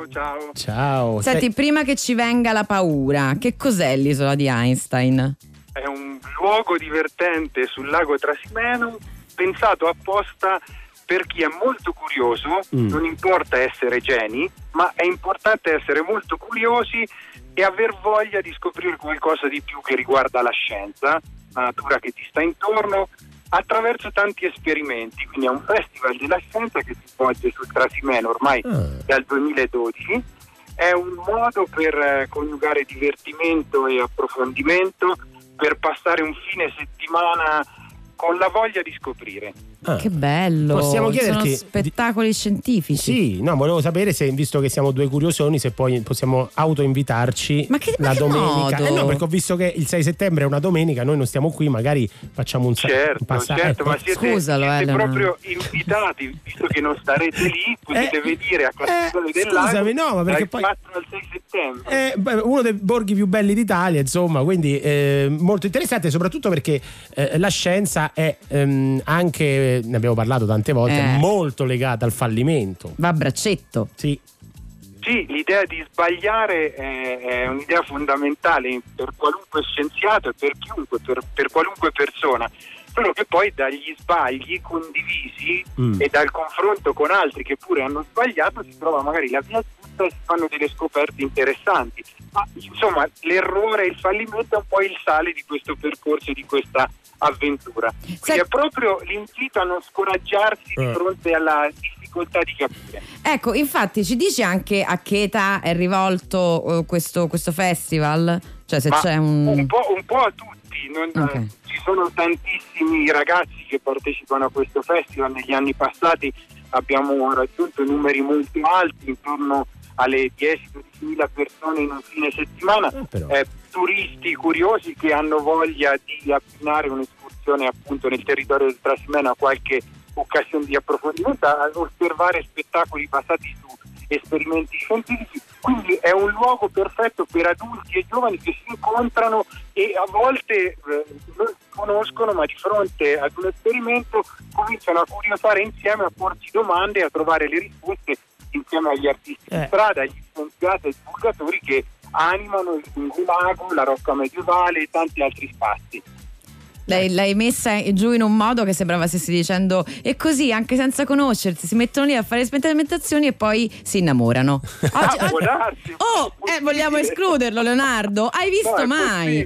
Ciao. Senti, prima che ci venga la paura, che cos'è l'Isola di Einstein? È un luogo divertente sul lago Trasimeno, pensato apposta per chi è molto curioso. Non importa essere geni, ma è importante essere molto curiosi e aver voglia di scoprire qualcosa di più che riguarda la scienza, la natura che ti sta intorno, attraverso tanti esperimenti. Quindi è un festival della scienza che si svolge sul Trasimeno ormai dal 2012. È un modo per coniugare divertimento e approfondimento, per passare un fine settimana con la voglia di scoprire. Che bello. Possiamo chiederti sono spettacoli scientifici. Sì, no, volevo sapere se, visto che siamo due curiosoni, se poi possiamo autoinvitarci la domenica. modo? No, perché ho visto che il 6 settembre è una domenica, noi non stiamo qui, magari facciamo un passaggio. Certo, ma siete proprio invitati, visto che non starete lì, potete venire a Castiglione del Lago. Scusami, no, ma perché dal 4 al 6 settembre. Uno dei borghi più belli d'Italia, insomma, quindi molto interessante, soprattutto perché la scienza è anche, ne abbiamo parlato tante volte, molto legata al fallimento. Va a braccetto. Sì, l'idea di sbagliare è un'idea fondamentale per qualunque scienziato e per chiunque, per qualunque persona. Solo che poi dagli sbagli condivisi e dal confronto con altri che pure hanno sbagliato si trova magari la via giusta e si fanno delle scoperte interessanti. Ma insomma, l'errore e il fallimento è un po' il sale di questo percorso, di questa avventura. Quindi è proprio l'invito a non scoraggiarsi di fronte alla difficoltà di capire. Ecco, infatti ci dici anche a che età è rivolto questo festival? Cioè se c'è un po' a tutti. Ci sono tantissimi ragazzi che partecipano a questo festival. Negli anni passati abbiamo raggiunto numeri molto alti, intorno alle 10-12.000 persone in un fine settimana, turisti curiosi che hanno voglia di abbinare un'escursione appunto nel territorio del Trasimeno a qualche occasione di approfondimento, a osservare spettacoli basati su esperimenti scientifici. Quindi è un luogo perfetto per adulti e giovani che si incontrano e a volte non si conoscono, ma di fronte ad un esperimento cominciano a curiosare insieme, a porsi domande e a trovare le risposte insieme agli artisti di strada, agli scienziati e ai divulgatori che animano il Lago, la Rocca Medievale e tanti altri spazi. L'hai messa giù in un modo che sembrava stessi dicendo e così, anche senza conoscersi, si mettono lì a fare sperimentazioni e poi si innamorano. Vogliamo escluderlo, Leonardo? Hai visto mai?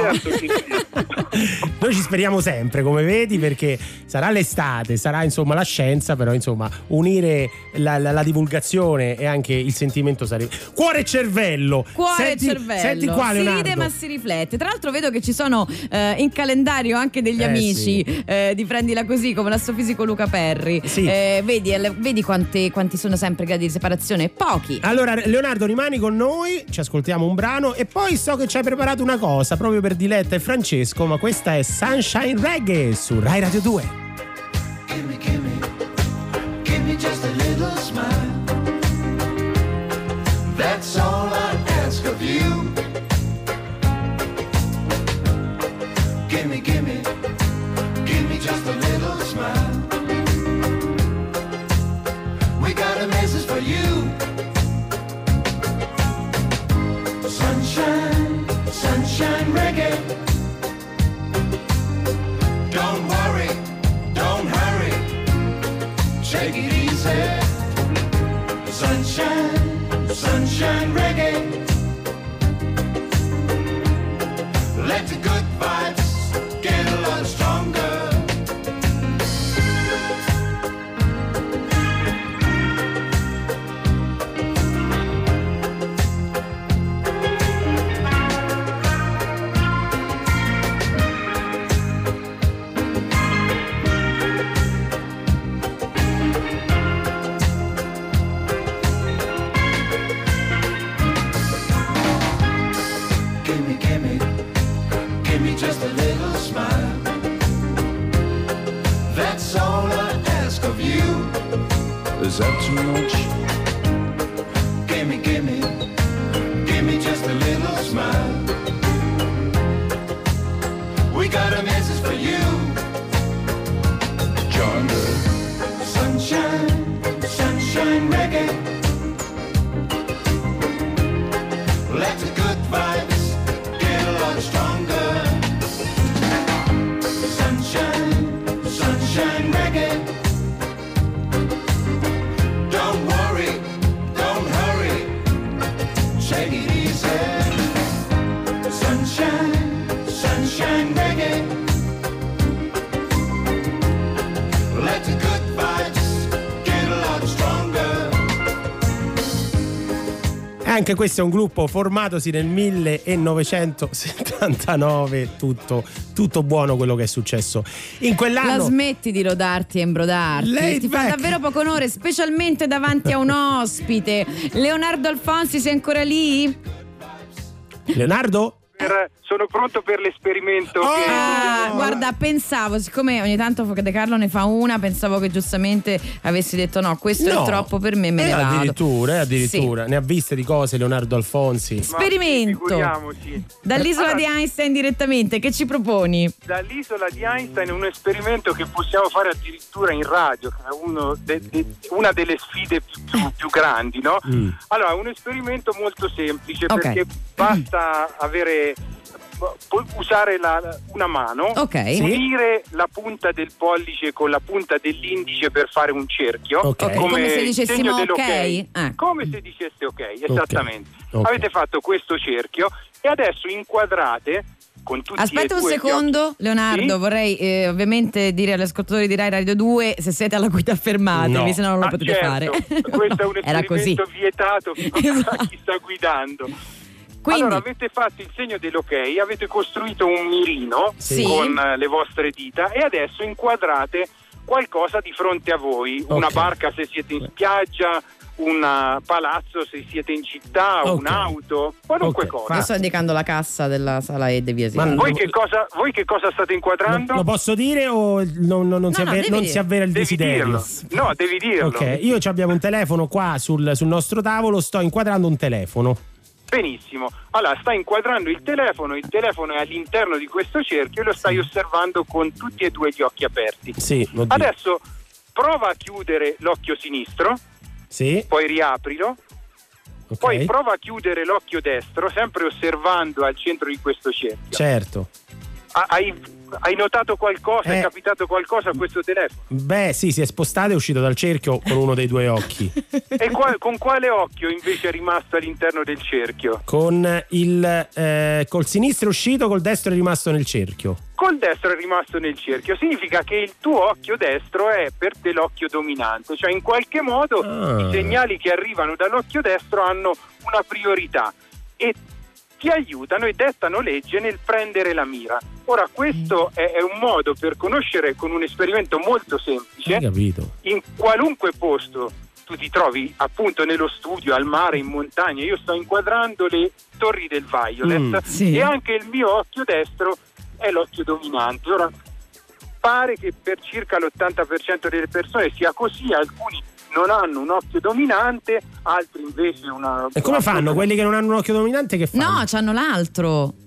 Noi ci speriamo sempre, come vedi, perché sarà l'estate, sarà insomma la scienza, però insomma unire la divulgazione e anche il sentimento sarebbe cuore e cervello. Senti qua, Leonardo. Si ride ma si riflette. Tra l'altro vedo che ci sono in calendario anche degli amici di Prendila Così, come l'astrofisico Luca Perri. Vedi quanti sono sempre gradi di separazione? Pochi. Allora Leonardo, rimani con noi, ci ascoltiamo un brano e poi so che ci hai preparato una cosa proprio per Diletta e Francesco, ma questa è Sunshine Reggae su Rai Radio 2. Give me just a little smile. That's all I ask of you. Sunshine, sunshine reggae. Don't worry, don't hurry, take it easy. Sunshine, sunshine reggae. Let the good vibes get a lot stronger. Just a little smile. That's all I ask of you. Is that too much? Gimme just a little smile. We got a message for you. John Sunshine, sunshine reggae. Let the good vibes get a lot stronger. Sunshine reggae. Don't worry, don't hurry, take it easy. Sunshine, sunshine reggae. Let the good vibes get a lot stronger. Anche questo è un gruppo formatosi nel 1979, tutto buono quello che è successo in quell'anno. La smetti di lodarti e imbrodarti, ti fa davvero poco onore, specialmente davanti a un ospite. Leonardo Alfonsi, sei ancora lì? Leonardo? Sono pronto per l'esperimento. Guarda, pensavo, siccome ogni tanto De Carlo ne fa una, pensavo che giustamente avessi detto no, questo è troppo per me, me ne vado. Addirittura, Sì. ne ha viste di cose Leonardo Alfonsi. Esperimento dall'isola di Einstein direttamente, che ci proponi? Dall'isola di Einstein un esperimento che possiamo fare addirittura in radio, che è una delle sfide più grandi, no? Allora, un esperimento molto semplice, perché basta usare una mano, unire la punta del pollice con la punta dell'indice per fare un cerchio, come se dicessimo come se dicesse ok, esattamente. Avete fatto questo cerchio e adesso inquadrate con tutti Aspetta un secondo, Leonardo, vorrei ovviamente dire agli ascoltatori di Rai Radio 2, se siete alla guida fermatevi, se no non lo potete fare. Questo è un esperimento vietato a chi sta guidando. Quindi, allora avete fatto il segno dell'ok, avete costruito un mirino con le vostre dita e adesso inquadrate qualcosa di fronte a voi, una barca se siete in spiaggia, un palazzo se siete in città, un'auto, qualunque cosa. Io sto indicando la cassa della sala E di Via Siena. Voi che cosa state inquadrando? Lo posso dire o non si avvera il desiderio? No, devi dirlo. Ok, io abbiamo un telefono qua sul nostro tavolo, sto inquadrando un telefono. Benissimo, allora stai inquadrando il telefono è all'interno di questo cerchio e lo stai osservando con tutti e due gli occhi aperti. Adesso prova a chiudere l'occhio sinistro, poi riaprilo, poi prova a chiudere l'occhio destro, sempre osservando al centro di questo cerchio. Certo. Hai notato qualcosa? È capitato qualcosa a questo telefono? Beh, sì, si è spostato e è uscito dal cerchio con uno dei due occhi. E con quale occhio invece è rimasto all'interno del cerchio? Con col sinistro è uscito, col destro è rimasto nel cerchio. Col destro è rimasto nel cerchio, significa che il tuo occhio destro è per te l'occhio dominante, cioè in qualche modo i segnali che arrivano dall'occhio destro hanno una priorità e ti aiutano e dettano legge nel prendere la mira. Ora questo è un modo per conoscere con un esperimento molto semplice. Hai capito? In qualunque posto tu ti trovi, appunto nello studio, al mare, in montagna, io sto inquadrando le torri del Violet e anche il mio occhio destro è l'occhio dominante. Ora pare che per circa l'80% delle persone sia così, alcuni non hanno un occhio dominante, altri invece una... E come fanno? Quelli che non hanno un occhio dominante che fanno? No, c'hanno l'altro.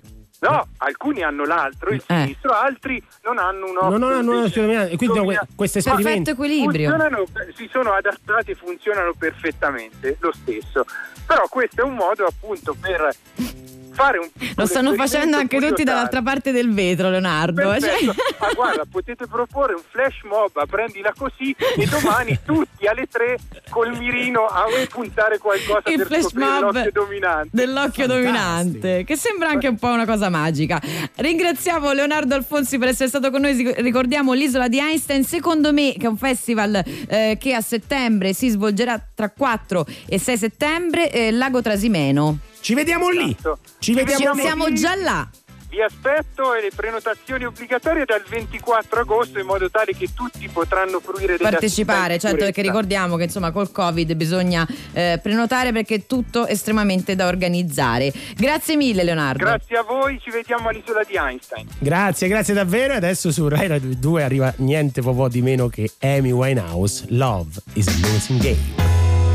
No, alcuni hanno l'altro, il sinistro, altri non hanno un occhio. Non hanno un occhio dominante, quindi questo esperimento. Perfetto equilibrio. Si sono adattati e funzionano perfettamente lo stesso. Però questo è un modo appunto per fare un piccolo lo stanno facendo anche tutti dall'altra parte del vetro, Leonardo. Ma guarda, potete proporre un flash mob, prendila così, e domani tutti alle 3 col mirino a puntare qualcosa il per flash scoprire mob l'occhio dominante. Dell'occhio dominante, che sembra anche un po' una cosa magica. Ringraziamo Leonardo Alfonsi per essere stato con noi. Ricordiamo l'Isola di Einstein, secondo me, che è un festival che a settembre si svolgerà tra 4 e 6 settembre, Lago Trasimeno. Ci vediamo lì. Siamo già là. Vi aspetto, e le prenotazioni obbligatorie dal 24 agosto, in modo tale che tutti potranno fruire della partecipare, certo, perché ricordiamo che insomma col Covid bisogna prenotare, perché è tutto estremamente da organizzare. Grazie mille, Leonardo. Grazie a voi, ci vediamo all'Isola di Einstein. Grazie davvero. E adesso su Rai Radio 2 arriva niente po' di meno che Amy Winehouse, Love is a Losing Game.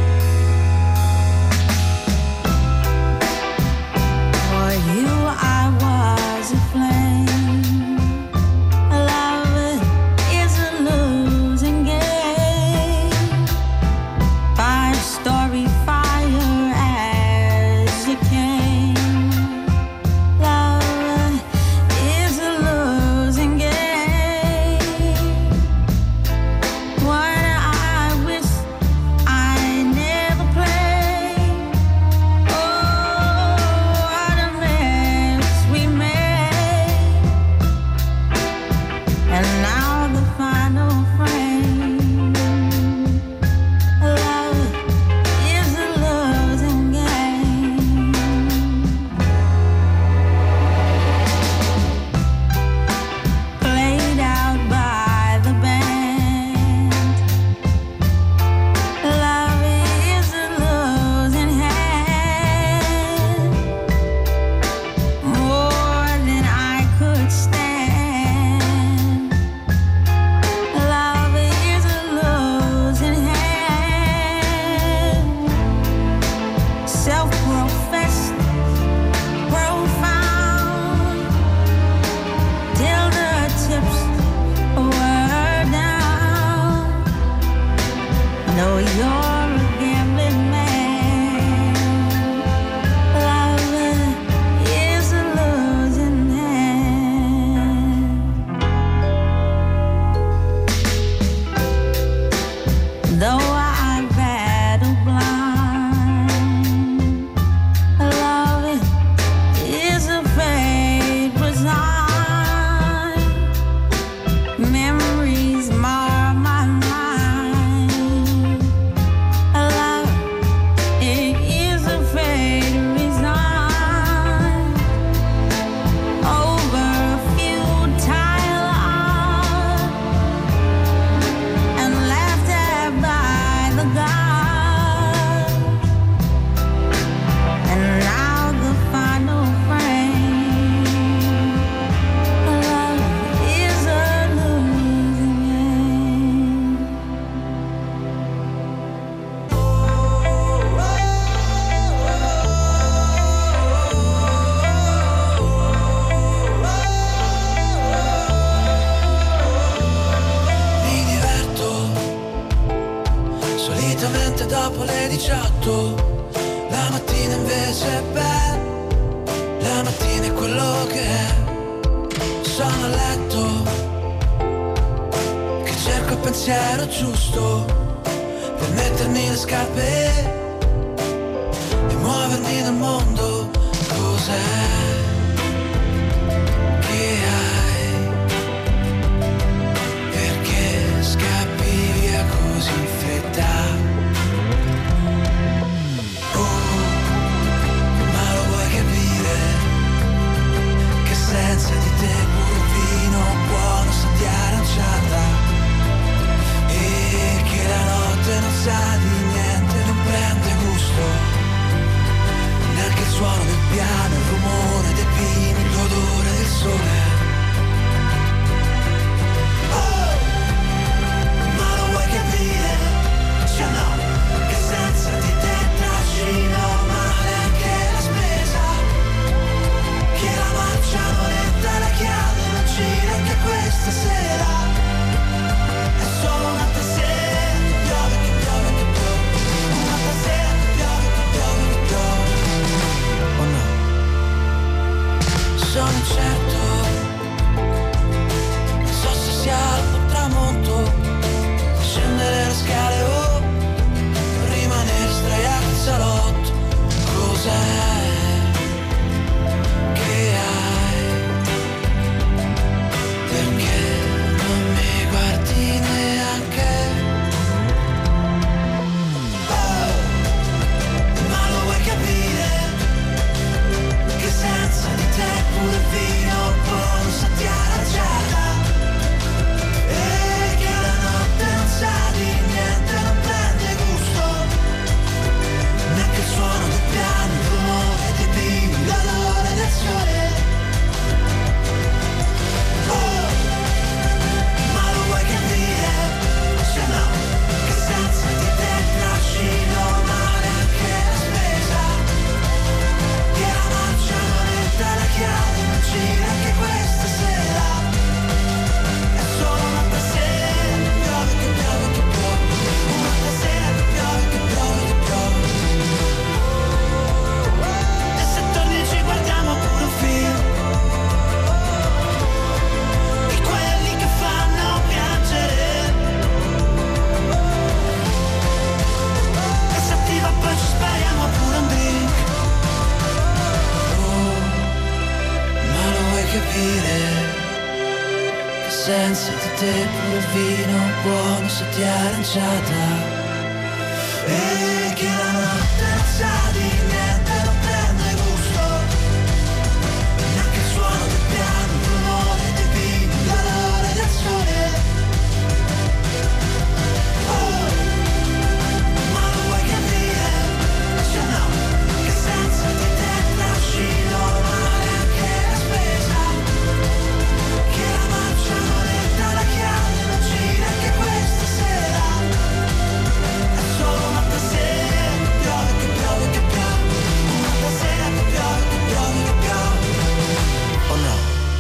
dopo le 18, la mattina invece è bella, la mattina è quello che è. Sono a letto, che cerco il pensiero giusto per mettermi le scarpe e muovermi nel mondo. Cos'è che hai? Perché scappi via così in fretta? Ma lo vuoi capire che senza di te pure il vino buono sa di aranciata, e che la notte non sa di niente, non prende gusto, neanche il suono del piano, il rumore sono incerto, non so se sia alba o tramonto, scendere le scale o rimanere sdraiato in salotto. Cos'è che hai? Perché non mi guardi neanche? Oh, ma lo vuoi capire? Che senza di te pure il vino buono sa ti arrangiata, e che la notte non sa di niente, non prende gusto, neanche il suono del piano, il rumore dei bimbi, l'odore del sole. Oh, ma lo vuoi capire? Se no, che senza di te trascino male anche la spesa, che la marcia non entra, la chiave non gira anche questa sera. È solo un'altra sera che piove, che piove, che piove, un'altra sera che piove, che piove, che piove. E se torni ci guardiamo pure un film di quelli che fanno piangere, e se ti va poi ci spariamo pure un drink. Oh, ma lo vuoi capire? Che senza di te pure il vino buono se ti è aranciata, e che la notte non sa di niente, non prende gusto, neanche il suono del piano, il rumore dei bimbi, l'odore del sole. Oh, ma lo vuoi capire? Se no, che senza di te trascino male anche la spesa, che la marcia non entra, la chiave non gira anche questa sera. È solo un'altra sera che piove, che piove, che piove, un'altra sera che piove, che piove, che piove. Oh no.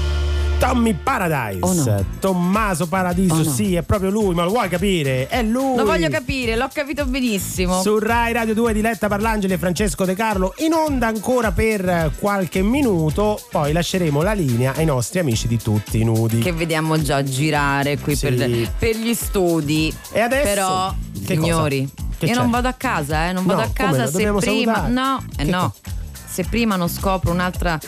Tommy Paradise. Oh no. Tommaso Paradiso, Oh no. sì, è proprio lui, ma lo vuoi capire? È lui. Lo voglio capire, l'ho capito benissimo. Su Rai Radio 2 Diletta Parlangeli e Francesco De Carlo, in onda ancora per qualche minuto, poi lasceremo la linea ai nostri amici di Tutti i Nudi. Che vediamo già girare qui Sì. per gli studi. E adesso? Però, Che signori, cosa? Che io c'è? non vado a casa, non vado No, a come casa no? se Dobbiamo prima. salutare. No, Che no. Se prima non scopro un'altra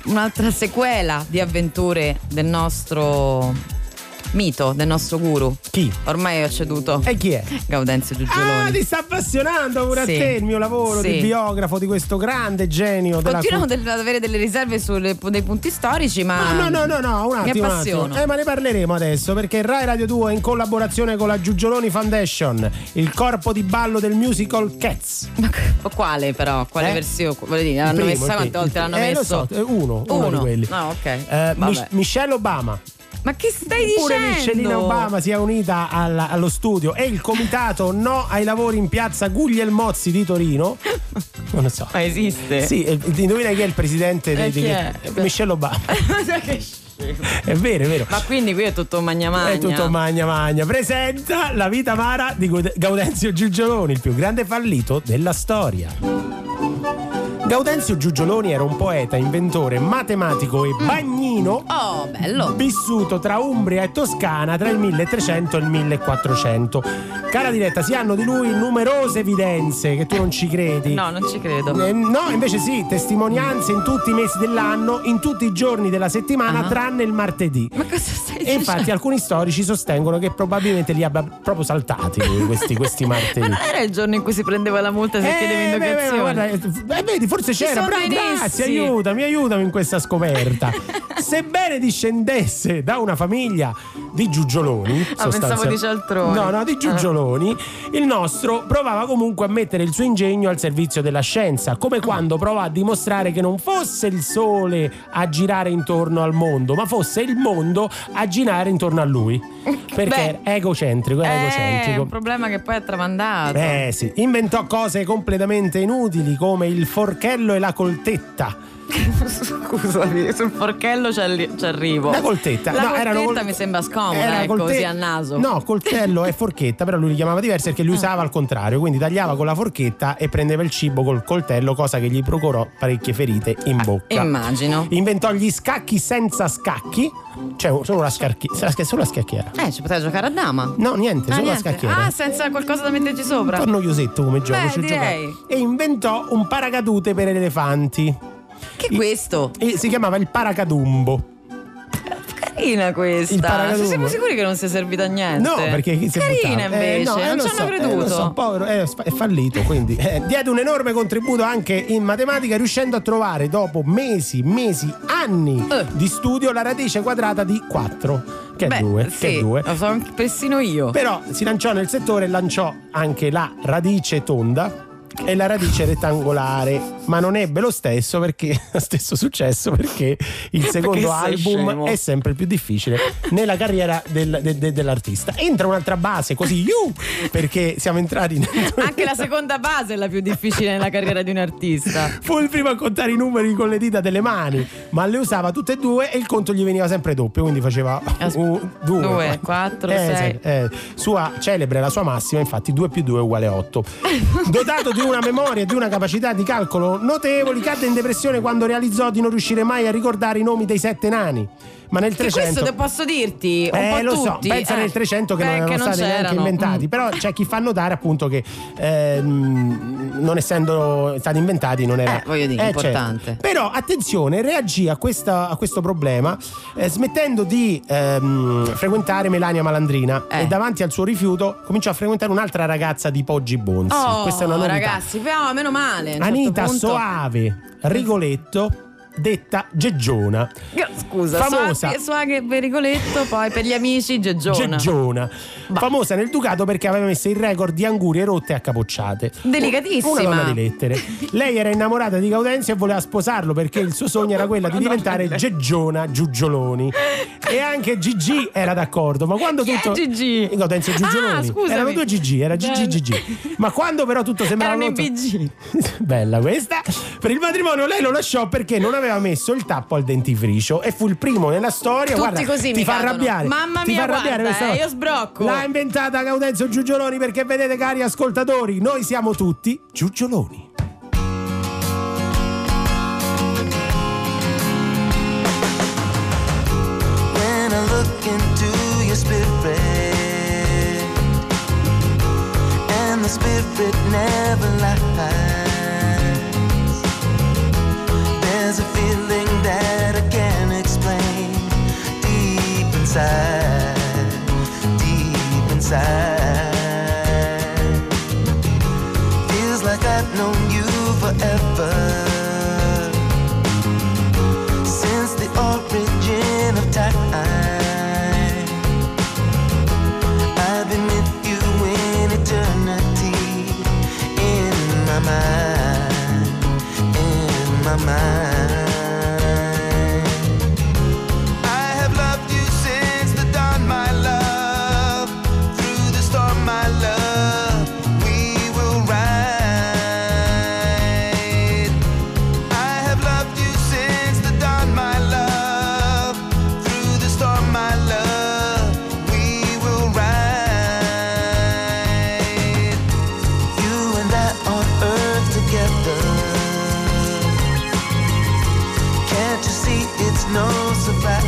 sequela di avventure del nostro mito, del nostro guru. Chi? Ormai ho ceduto. E chi è? Gaudenzio Giugioloni. Ah, ti sta appassionando pure Sì. a te il mio lavoro Sì. di biografo di questo grande genio della Continuiamo ad avere delle riserve dei punti storici, ma Ah, no, un mi attimo, un appassiono. attimo. Ma ne parleremo adesso, perché Rai Radio 2 in collaborazione con la Giugioloni Foundation, il corpo di ballo del musical Cats. Quale però? Quale versione? Voglio dire, l'hanno primo, messa il quante volte l'hanno Lo messo? so, uno di quelli. No, ok. Vabbè. Michelle Obama. Ma che stai Pure dicendo? Michelina Obama si è unita allo studio, e il comitato No ai lavori in piazza Guglielmozzi di Torino. Non lo so. Ma esiste? Sì, indovina chi è il presidente chi è? Michelle Obama. Che schifo. È vero, è vero. Ma quindi qui è tutto magna magna. È tutto magna magna. Presenta La vita amara di Gaudenzio Giugioloni, il più grande fallito della storia. Gaudenzio Giugioloni era un poeta, inventore, matematico e bagnino. Oh, bello. Vissuto tra Umbria e Toscana tra il 1300 e il 1400. Cara Diletta, si hanno di lui numerose evidenze che tu non ci credi. No, non ci credo. No, invece sì, testimonianze in tutti i mesi dell'anno, in tutti i giorni della settimana, tranne il martedì. Ma cosa stai E infatti dicendo? alcuni storici sostengono che probabilmente li abbia proprio saltati lui, questi martedì. Ma non era il giorno in cui si prendeva la multa se chiedeva invocazione? Guarda, vedi, forse Ci c'era. sono dei Grazie, rissi. aiutami in questa scoperta. Sebbene discendesse da una famiglia di Giugioloni, pensavo di cialtroni. No, di Giugioloni, il nostro provava comunque a mettere il suo ingegno al servizio della scienza, come quando prova a dimostrare che non fosse il sole a girare intorno al mondo, ma fosse il mondo a girare intorno a lui. Perché era egocentrico, era È egocentrico. un problema che poi è tramandato. Sì, inventò cose completamente inutili come il forchello e la coltetta. Scusami, sul forchello ci arrivo. La coltetta, La no, coltetta erano mi sembra comoda, così a naso. No, coltello e forchetta, però lui li chiamava diversi perché li usava al contrario, quindi tagliava con la forchetta e prendeva il cibo col coltello, cosa che gli procurò parecchie ferite in bocca. Immagino. Inventò gli scacchi senza scacchi, cioè solo la scacchiera. Ci poteva giocare a dama. No, niente, solo niente. la scacchiera. Senza qualcosa da metterci sopra. Un po' noiosetto come gioco. Beh, direi. E inventò un paracadute per elefanti. Che è questo? Si chiamava il paracadumbo. Carina questa. Siamo sicuri che non si è servita a niente? No, perché chi si è carina buttato? invece, non ci hanno creduto. Lo so, povero, è fallito, quindi diede un enorme contributo anche in matematica, riuscendo a trovare dopo mesi, anni di studio la radice quadrata di 4, che è 2. Sì, che è 2. Lo so persino io. Però si lanciò nel settore e lanciò anche la radice tonda e la radice rettangolare, ma non ebbe lo stesso successo perché il secondo album è sempre più difficile nella carriera dell'artista. Entra un'altra base così perché siamo entrati anche la seconda base è la più difficile nella carriera di un artista. Fu il primo a contare i numeri con le dita delle mani, ma le usava tutte e due e il conto gli veniva sempre doppio, quindi faceva 2, 4, 6. Sua celebre, la sua massima, infatti 2 più 2 è uguale a 8. Dotato di una memoria e di una capacità di calcolo notevoli, cadde in depressione quando realizzò di non riuscire mai a ricordare i nomi dei 7 nani. Ma nel 300 questo posso dirti un po' lo tutti. so, pensa nel 300 che non erano stati neanche inventati. Però c'è chi fa notare appunto che non essendo stati inventati non era voglio dire, importante. Certo. Però attenzione, reagì a questo problema smettendo di frequentare Melania Malandrina e davanti al suo rifiuto cominciò a frequentare un'altra ragazza di Poggi Bonzi. Questa è una novità. Ragazzi, però meno male. Anita certo Soave Rigoletto, detta Geggiona. Scusa, famosa Suaghe per Rigoletto, poi per gli amici Geggiona. Famosa nel Ducato perché aveva messo il record di angurie rotte e accapocciate. Delicatissima. Una donna di lettere. Lei era innamorata di Gaudenzio e voleva sposarlo perché il suo sogno era quello di diventare Geggiona Giugioloni. E anche Gigi era d'accordo, ma quando tutto Gigi? Gaudenzio e Giugioloni erano due Gigi, era Gigi. Ma quando però tutto sembrava erano i BG. Bella questa. Per il matrimonio lei lo lasciò perché non aveva messo il tappo al dentifricio e fu il primo nella storia. Tutti guarda, così ti fa arrabbiare. Mamma mia, guarda, io sbrocco. L'ha inventata Gaudenzio Giugioloni perché vedete, cari ascoltatori, noi siamo tutti Giugioloni. When I look into your spirit and the spirit never lies, there's a feeling that I can't explain deep inside, feels like I've known you forever, since the origin of time. I've been with you in eternity, in my mind. I have loved you since the dawn, my love. Through the storm, my love, we will ride. I have loved you since the dawn, my love. Through the storm, my love, we will ride. You and I on earth together. Can't you see it's no surprise?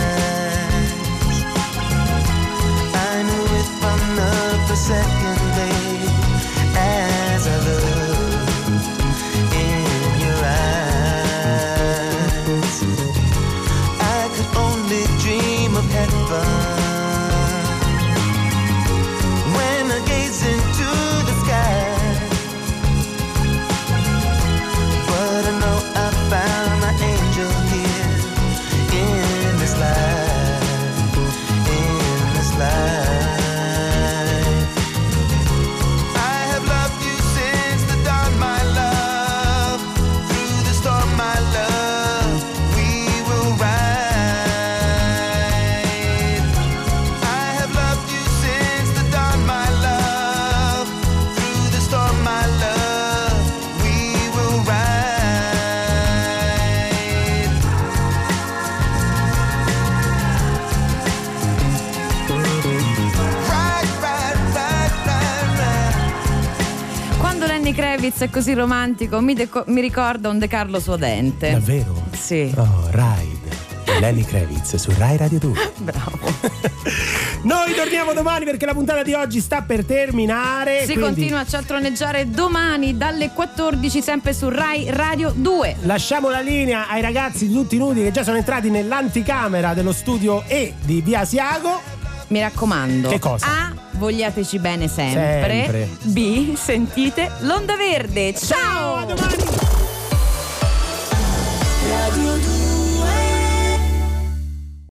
I knew it from the second day as I looked in your eyes. I could only dream of heaven when I gaze into the sky. But I know I found my angel here in this life, in this life. I have loved you since the dawn, my love. Through the storm, my love, we will ride. Lenny Kravitz è così romantico, mi ricorda un De Carlo suadente. Davvero? Sì. Oh, Ride. Lenny Kravitz su Rai Radio 2. Bravo. Noi torniamo domani perché la puntata di oggi sta per terminare. Si continua a cialtroneggiare domani dalle 14 sempre su Rai Radio 2. Lasciamo la linea ai ragazzi di Tutti Nudi che già sono entrati nell'anticamera dello studio E di Via Asiago. Mi raccomando. Che cosa? A, vogliateci bene sempre. Sempre. B, sentite l'Onda Verde. Ciao! A domani!